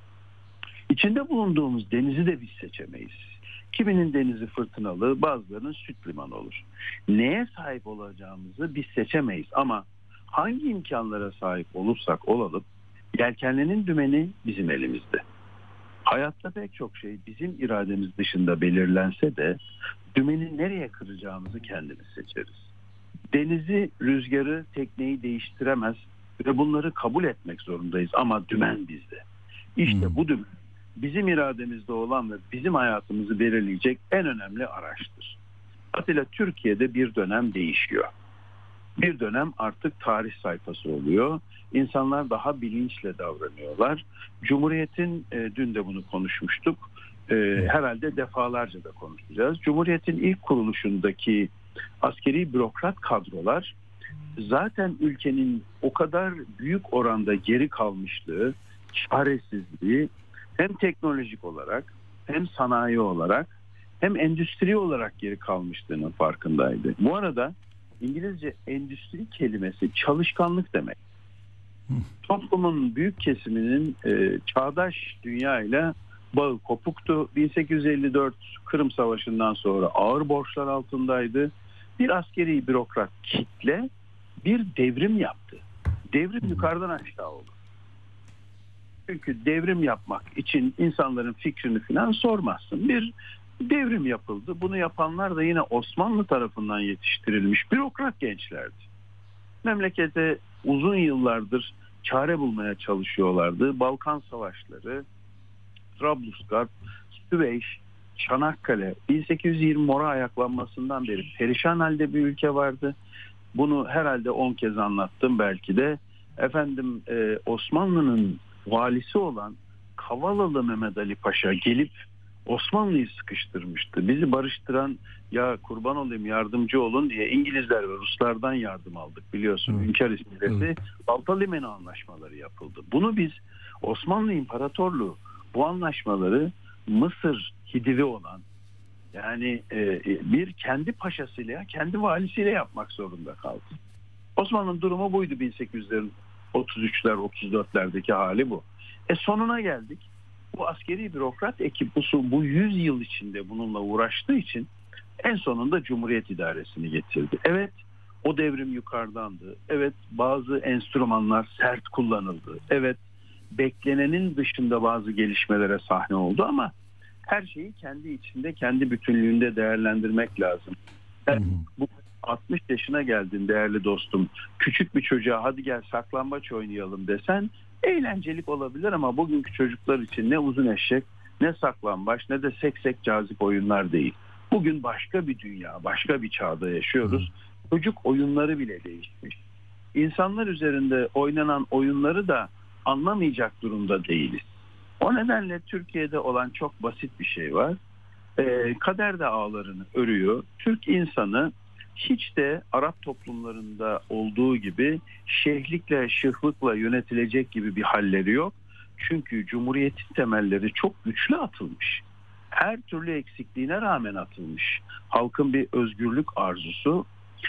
İçinde bulunduğumuz denizi de biz seçemeyiz. Kiminin denizi fırtınalı, bazılarının süt limanı olur. Neye sahip olacağımızı biz seçemeyiz ama hangi imkanlara sahip olursak olalım, yelkenlinin dümeni bizim elimizde. Hayatta pek çok şey bizim irademiz dışında belirlense de dümeni nereye kıracağımızı kendimiz seçeriz. Denizi, rüzgarı, tekneyi değiştiremez ve bunları kabul etmek zorundayız ama dümen bizde. İşte bu dümen bizim irademizde olan ve bizim hayatımızı belirleyecek en önemli araçtır. Atilla, Türkiye'de bir dönem değişiyor. Bir dönem artık tarih sayfası oluyor. İnsanlar daha bilinçle davranıyorlar. Cumhuriyetin, e, dün de bunu konuşmuştuk, e, herhalde defalarca da konuşacağız. Cumhuriyetin ilk kuruluşundaki askeri bürokrat kadrolar zaten ülkenin o kadar büyük oranda geri kalmışlığı, çaresizliği hem teknolojik olarak hem sanayi olarak hem endüstri olarak geri kalmışlığının farkındaydı. Bu arada İngilizce endüstri kelimesi çalışkanlık demek. Toplumun büyük kesiminin e, çağdaş dünyayla bağı kopuktu. bin sekiz yüz elli dört Kırım Savaşı'ndan sonra ağır borçlar altındaydı. Bir askeri bürokrat kitle bir devrim yaptı. Devrim yukarıdan aşağı oldu. Çünkü devrim yapmak için insanların fikrini falan sormazsın. Bir devrim yapıldı. Bunu yapanlar da yine Osmanlı tarafından yetiştirilmiş bürokrat gençlerdi. Memlekete uzun yıllardır çare bulmaya çalışıyorlardı. Balkan Savaşları, Trablusgarp, Süveyş, Çanakkale, bin sekiz yüz yirmi Mora ayaklanmasından beri perişan halde bir ülke vardı. Bunu herhalde on kez anlattım belki de. Efendim e, Osmanlı'nın valisi olan Kavalalı Mehmet Ali Paşa gelip Osmanlı'yı sıkıştırmıştı. Bizi barıştıran, ya kurban olayım yardımcı olun diye İngilizler ve Ruslardan yardım aldık biliyorsun. Hmm. Hünkar istilesi, Balta Limeni anlaşmaları yapıldı. Bunu biz Osmanlı İmparatorluğu bu anlaşmaları Mısır Hidivi olan, yani e, bir kendi paşasıyla, kendi valisiyle yapmak zorunda kaldı. Osmanlı'nın durumu buydu, bin sekiz yüz otuz üçler otuz dörtlerdeki hali bu. E sonuna geldik. Bu askeri bürokrat ekip bu, bu yüz yıl içinde bununla uğraştığı için en sonunda Cumhuriyet idaresini getirdi. Evet, o devrim yukarıdandı. Evet, bazı enstrümanlar sert kullanıldı. Evet, beklenenin dışında bazı gelişmelere sahne oldu ama her şeyi kendi içinde, kendi bütünlüğünde değerlendirmek lazım. Ben bu altmış yaşına geldin değerli dostum. Küçük bir çocuğa hadi gel saklambaç oynayalım desen eğlencelik olabilir ama bugünkü çocuklar için ne uzun eşek, ne saklambaç, ne de seksek cazip oyunlar değil. Bugün başka bir dünya, başka bir çağda yaşıyoruz. Çocuk oyunları bile değişmiş. İnsanlar üzerinde oynanan oyunları da anlamayacak durumda değiliz. O nedenle Türkiye'de olan çok basit bir şey var. Ee, kader de ağlarını örüyor. Türk insanı hiç de Arap toplumlarında olduğu gibi şeyhlikle, şıhlıkla yönetilecek gibi bir halleri yok. Çünkü Cumhuriyet'in temelleri çok güçlü atılmış. Her türlü eksikliğine rağmen atılmış. Halkın bir özgürlük arzusu,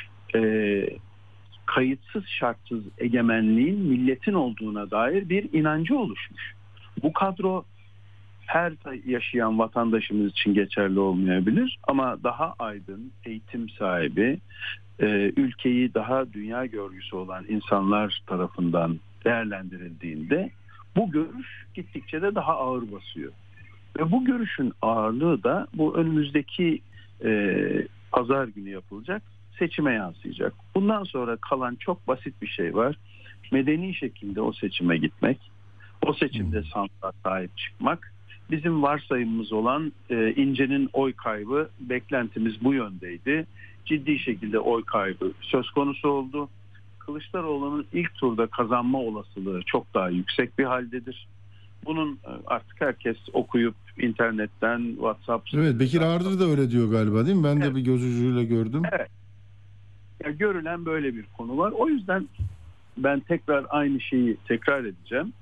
e, kayıtsız şartsız egemenliğin milletin olduğuna dair bir inancı oluşmuş. Bu kadro her yaşayan vatandaşımız için geçerli olmayabilir ama daha aydın, eğitim sahibi, e, ülkeyi daha dünya görgüsü olan insanlar tarafından değerlendirildiğinde bu görüş gittikçe de daha ağır basıyor. Ve bu görüşün ağırlığı da bu önümüzdeki e, pazar günü yapılacak seçime yansıyacak. Bundan sonra kalan çok basit bir şey var. Medeni şekilde o seçime gitmek, o seçimde sandığa sahip çıkmak Bizim varsayımımız olan e, İnce'nin oy kaybı, beklentimiz bu yöndeydi. Ciddi şekilde oy kaybı söz konusu oldu. Kılıçdaroğlu'nun ilk turda kazanma olasılığı çok daha yüksek bir haldedir. Bunun artık herkes okuyup internetten, WhatsApp... Evet, Bekir Ağrı da öyle diyor galiba, değil mi? Ben evet. de bir göz ucuyla gördüm. Evet. Ya, görülen böyle bir konu var. O yüzden ben tekrar aynı şeyi tekrar edeceğim.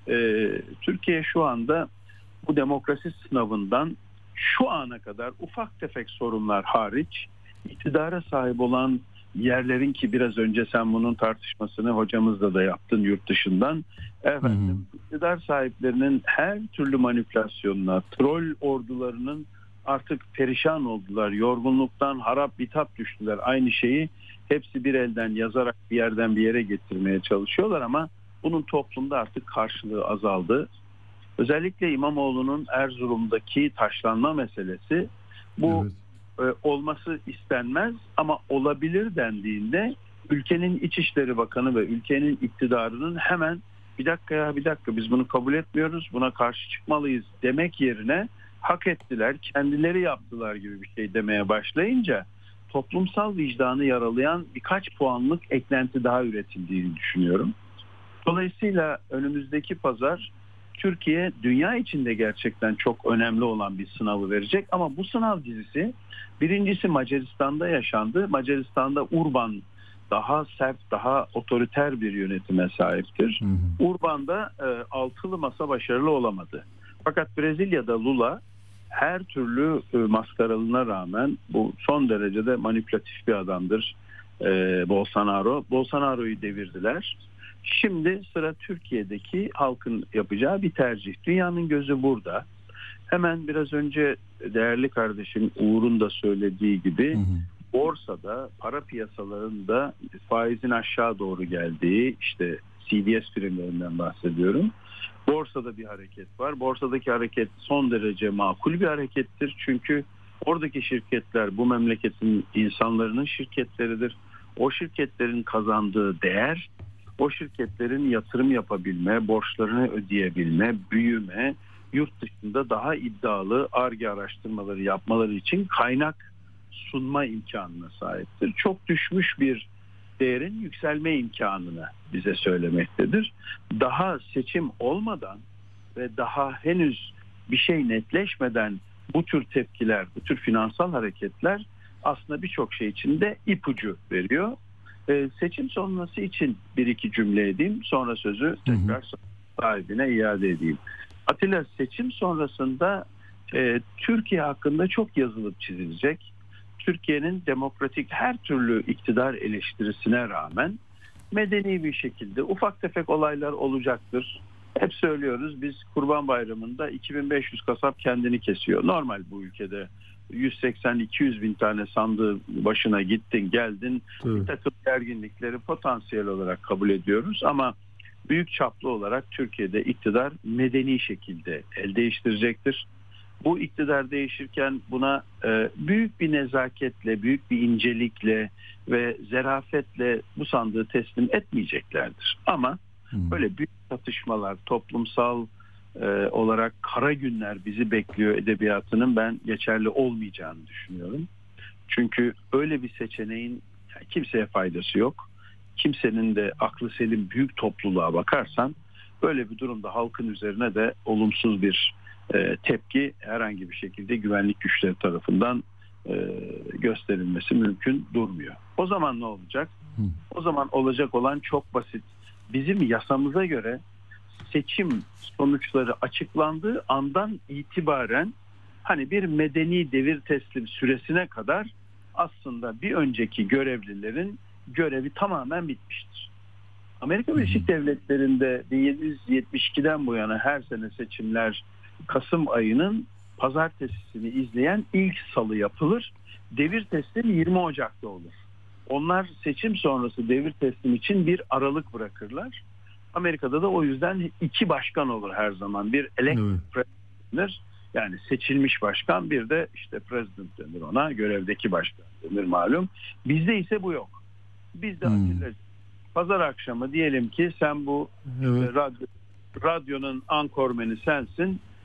Ee, Türkiye şu anda bu demokrasi sınavından şu ana kadar ufak tefek sorunlar hariç iktidara sahip olan yerlerin, ki biraz önce sen bunun tartışmasını hocamızla da yaptın yurt dışından, efendim hı hı. iktidar sahiplerinin her türlü manipülasyonuna, troll ordularının artık perişan oldular, yorgunluktan harap bitap düştüler. Aynı şeyi hepsi bir elden yazarak bir yerden bir yere getirmeye çalışıyorlar ama bunun toplumda artık karşılığı azaldı. Özellikle İmamoğlu'nun Erzurum'daki taşlanma meselesi, bu evet. e, olması istenmez ama olabilir dendiğinde ülkenin İçişleri Bakanı ve ülkenin iktidarının hemen bir dakika ya bir dakika biz bunu kabul etmiyoruz, buna karşı çıkmalıyız demek yerine hak ettiler, kendileri yaptılar gibi bir şey demeye başlayınca toplumsal vicdanı yaralayan birkaç puanlık eklenti daha üretildiğini düşünüyorum. Dolayısıyla önümüzdeki pazar Türkiye dünya içinde gerçekten çok önemli olan bir sınavı verecek ama bu sınav dizisi birincisi Macaristan'da yaşandı. Macaristan'da Urban daha sert, daha otoriter bir yönetime sahiptir. Hı hı. Urban'da e, altılı masa başarılı olamadı. Fakat Brezilya'da Lula her türlü e, maskaralığına rağmen bu son derecede manipülatif bir adamdır e, Bolsonaro. Bolsonaro'yu devirdiler. Şimdi sıra Türkiye'deki halkın yapacağı bir tercih. Dünyanın gözü burada. Hemen biraz önce değerli kardeşim Uğur'un da söylediği gibi hı hı. borsada, para piyasalarında faizin aşağı doğru geldiği, işte C D S primlerinden bahsediyorum. Borsada bir hareket var. Borsadaki hareket son derece makul bir harekettir. Çünkü oradaki şirketler bu memleketin insanların şirketleridir. O şirketlerin kazandığı değer, o şirketlerin yatırım yapabilme, borçlarını ödeyebilme, büyüme, yurt dışında daha iddialı Ar-Ge araştırmaları yapmaları için kaynak sunma imkanına sahiptir. Çok düşmüş bir değerin yükselme imkanını bize söylemektedir. Daha seçim olmadan ve daha henüz bir şey netleşmeden bu tür tepkiler, bu tür finansal hareketler aslında birçok şey için de ipucu veriyor. Ee, seçim sonrası için bir iki cümle edeyim, sonra sözü tekrar sahibine iade edeyim. Atilla, seçim sonrasında e, Türkiye hakkında çok yazılıp çizilecek. Türkiye'nin demokratik her türlü iktidar eleştirisine rağmen medeni bir şekilde ufak tefek olaylar olacaktır. Hep söylüyoruz, biz Kurban Bayramı'nda iki bin beş yüz kasap kendini kesiyor. Normal bu ülkede yüz seksen iki yüz bin tane sandığı başına gittin geldin. Evet. Bir takım gerginlikleri potansiyel olarak kabul ediyoruz ama büyük çaplı olarak Türkiye'de iktidar medeni şekilde el değiştirecektir. Bu iktidar değişirken buna e, büyük bir nezaketle, büyük bir incelikle ve zerafetle bu sandığı teslim etmeyeceklerdir. Ama hmm. böyle büyük tartışmalar, toplumsal e, olarak kara günler bizi bekliyor edebiyatının ben geçerli olmayacağını düşünüyorum. Çünkü öyle bir seçeneğin yani kimseye faydası yok. Kimsenin de aklı selim büyük topluluğa bakarsan böyle bir durumda halkın üzerine de olumsuz bir e, tepki herhangi bir şekilde güvenlik güçleri tarafından e, gösterilmesi mümkün durmuyor. O zaman ne olacak? Hı. O zaman olacak olan çok basit. Bizim yasamıza göre seçim sonuçları açıklandığı andan itibaren hani bir medeni devir teslim süresine kadar aslında bir önceki görevlilerin görevi tamamen bitmiştir. Amerika Birleşik Devletleri'nde bin yedi yüz yetmiş ikiden bu yana her sene seçimler Kasım ayının pazartesisini izleyen ilk salı yapılır. Devir teslim yirmi Ocak'ta olur. Onlar seçim sonrası devir teslim için bir aralık bırakırlar. Amerika'da da o yüzden iki başkan olur her zaman. Bir elected president, yani seçilmiş başkan, bir de işte president denir ona, görevdeki başkan denir malum. Bizde ise bu yok. Bizde hmm. pazar akşamı diyelim ki sen bu evet. radyo, radyonun ankormeni sensin.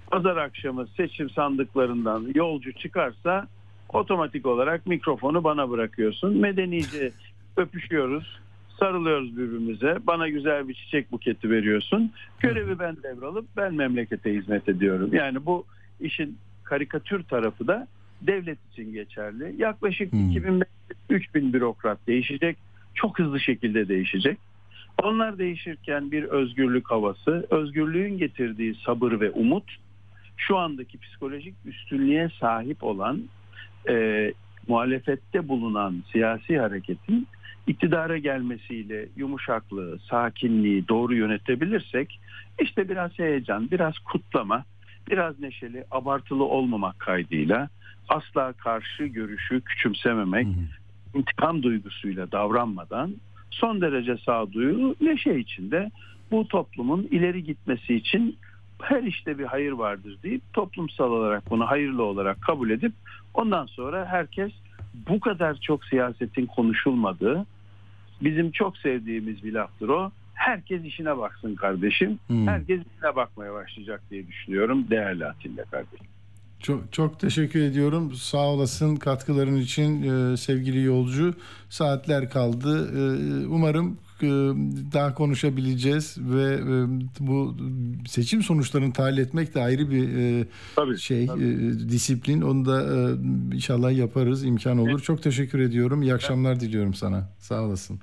Pazar akşamı seçim sandıklarından yolcu çıkarsa otomatik olarak mikrofonu bana bırakıyorsun. Medenice öpüşüyoruz, sarılıyoruz birbirimize. Bana güzel bir çiçek buketi veriyorsun. Görevi ben devralıp ben memlekete hizmet ediyorum. Yani bu işin karikatür tarafı da devlet için geçerli. Yaklaşık hmm. iki bin üç bin bürokrat değişecek. Çok hızlı şekilde değişecek. Onlar değişirken bir özgürlük havası, özgürlüğün getirdiği sabır ve umut, şu andaki psikolojik üstünlüğe sahip olan e, muhalefette bulunan siyasi hareketin iktidara gelmesiyle yumuşaklığı, sakinliği doğru yönetebilirsek, işte biraz heyecan, biraz kutlama, biraz neşeli, abartılı olmamak kaydıyla, asla karşı görüşü küçümsememek, hmm. intikam duygusuyla davranmadan, son derece sağduyu, neşe içinde bu toplumun ileri gitmesi için her işte bir hayır vardır deyip toplumsal olarak bunu hayırlı olarak kabul edip ondan sonra herkes bu kadar çok siyasetin konuşulmadığı, bizim çok sevdiğimiz bir laftır o. Herkes işine baksın kardeşim. Hmm. Herkes işine bakmaya başlayacak diye düşünüyorum değerli Atilla kardeşim. Çok çok teşekkür ediyorum. Sağ olasın katkıların için e, sevgili yolcu. Saatler kaldı. E, umarım e, daha konuşabileceğiz ve e, bu seçim sonuçlarını tahlil etmek de ayrı bir e, tabii, şey tabii. E, disiplin. Onu da e, inşallah yaparız. İmkan olur. Evet. Çok teşekkür ediyorum. İyi akşamlar evet. diliyorum sana. Sağ olasın.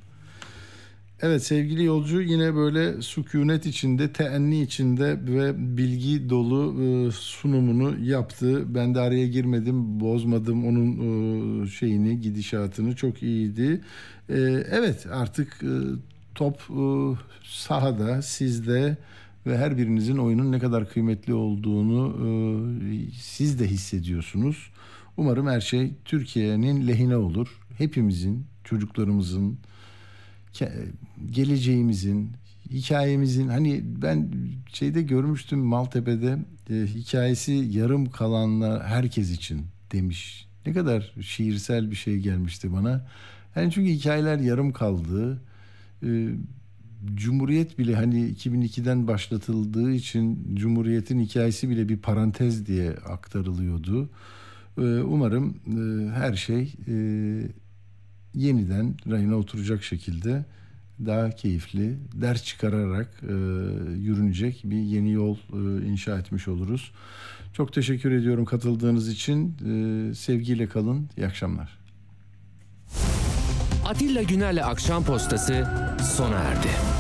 Evet sevgili yolcu yine böyle sükunet içinde, teenni içinde ve bilgi dolu e, sunumunu yaptı. Ben de araya girmedim, bozmadım onun e, şeyini, gidişatını. Çok iyiydi. E, evet artık e, top e, sahada, sizde ve her birinizin oyunun ne kadar kıymetli olduğunu e, siz de hissediyorsunuz. Umarım her şey Türkiye'nin lehine olur. Hepimizin, çocuklarımızın, geleceğimizin, hikayemizin, hani ben şeyde görmüştüm Maltepe'de e, hikayesi yarım kalanlar herkes için demiş. Ne kadar şiirsel bir şey gelmişti bana. Yani çünkü hikayeler yarım kaldı. E, Cumhuriyet bile hani iki bin ikiden başlatıldığı için Cumhuriyet'in hikayesi bile bir parantez diye aktarılıyordu. E, umarım e, her şey e, yeniden rayına oturacak şekilde daha keyifli, ders çıkararak e, yürünecek bir yeni yol e, inşa etmiş oluruz. Çok teşekkür ediyorum katıldığınız için. E, sevgiyle kalın. İyi akşamlar. Atilla Güner'le Akşam Postası sona erdi.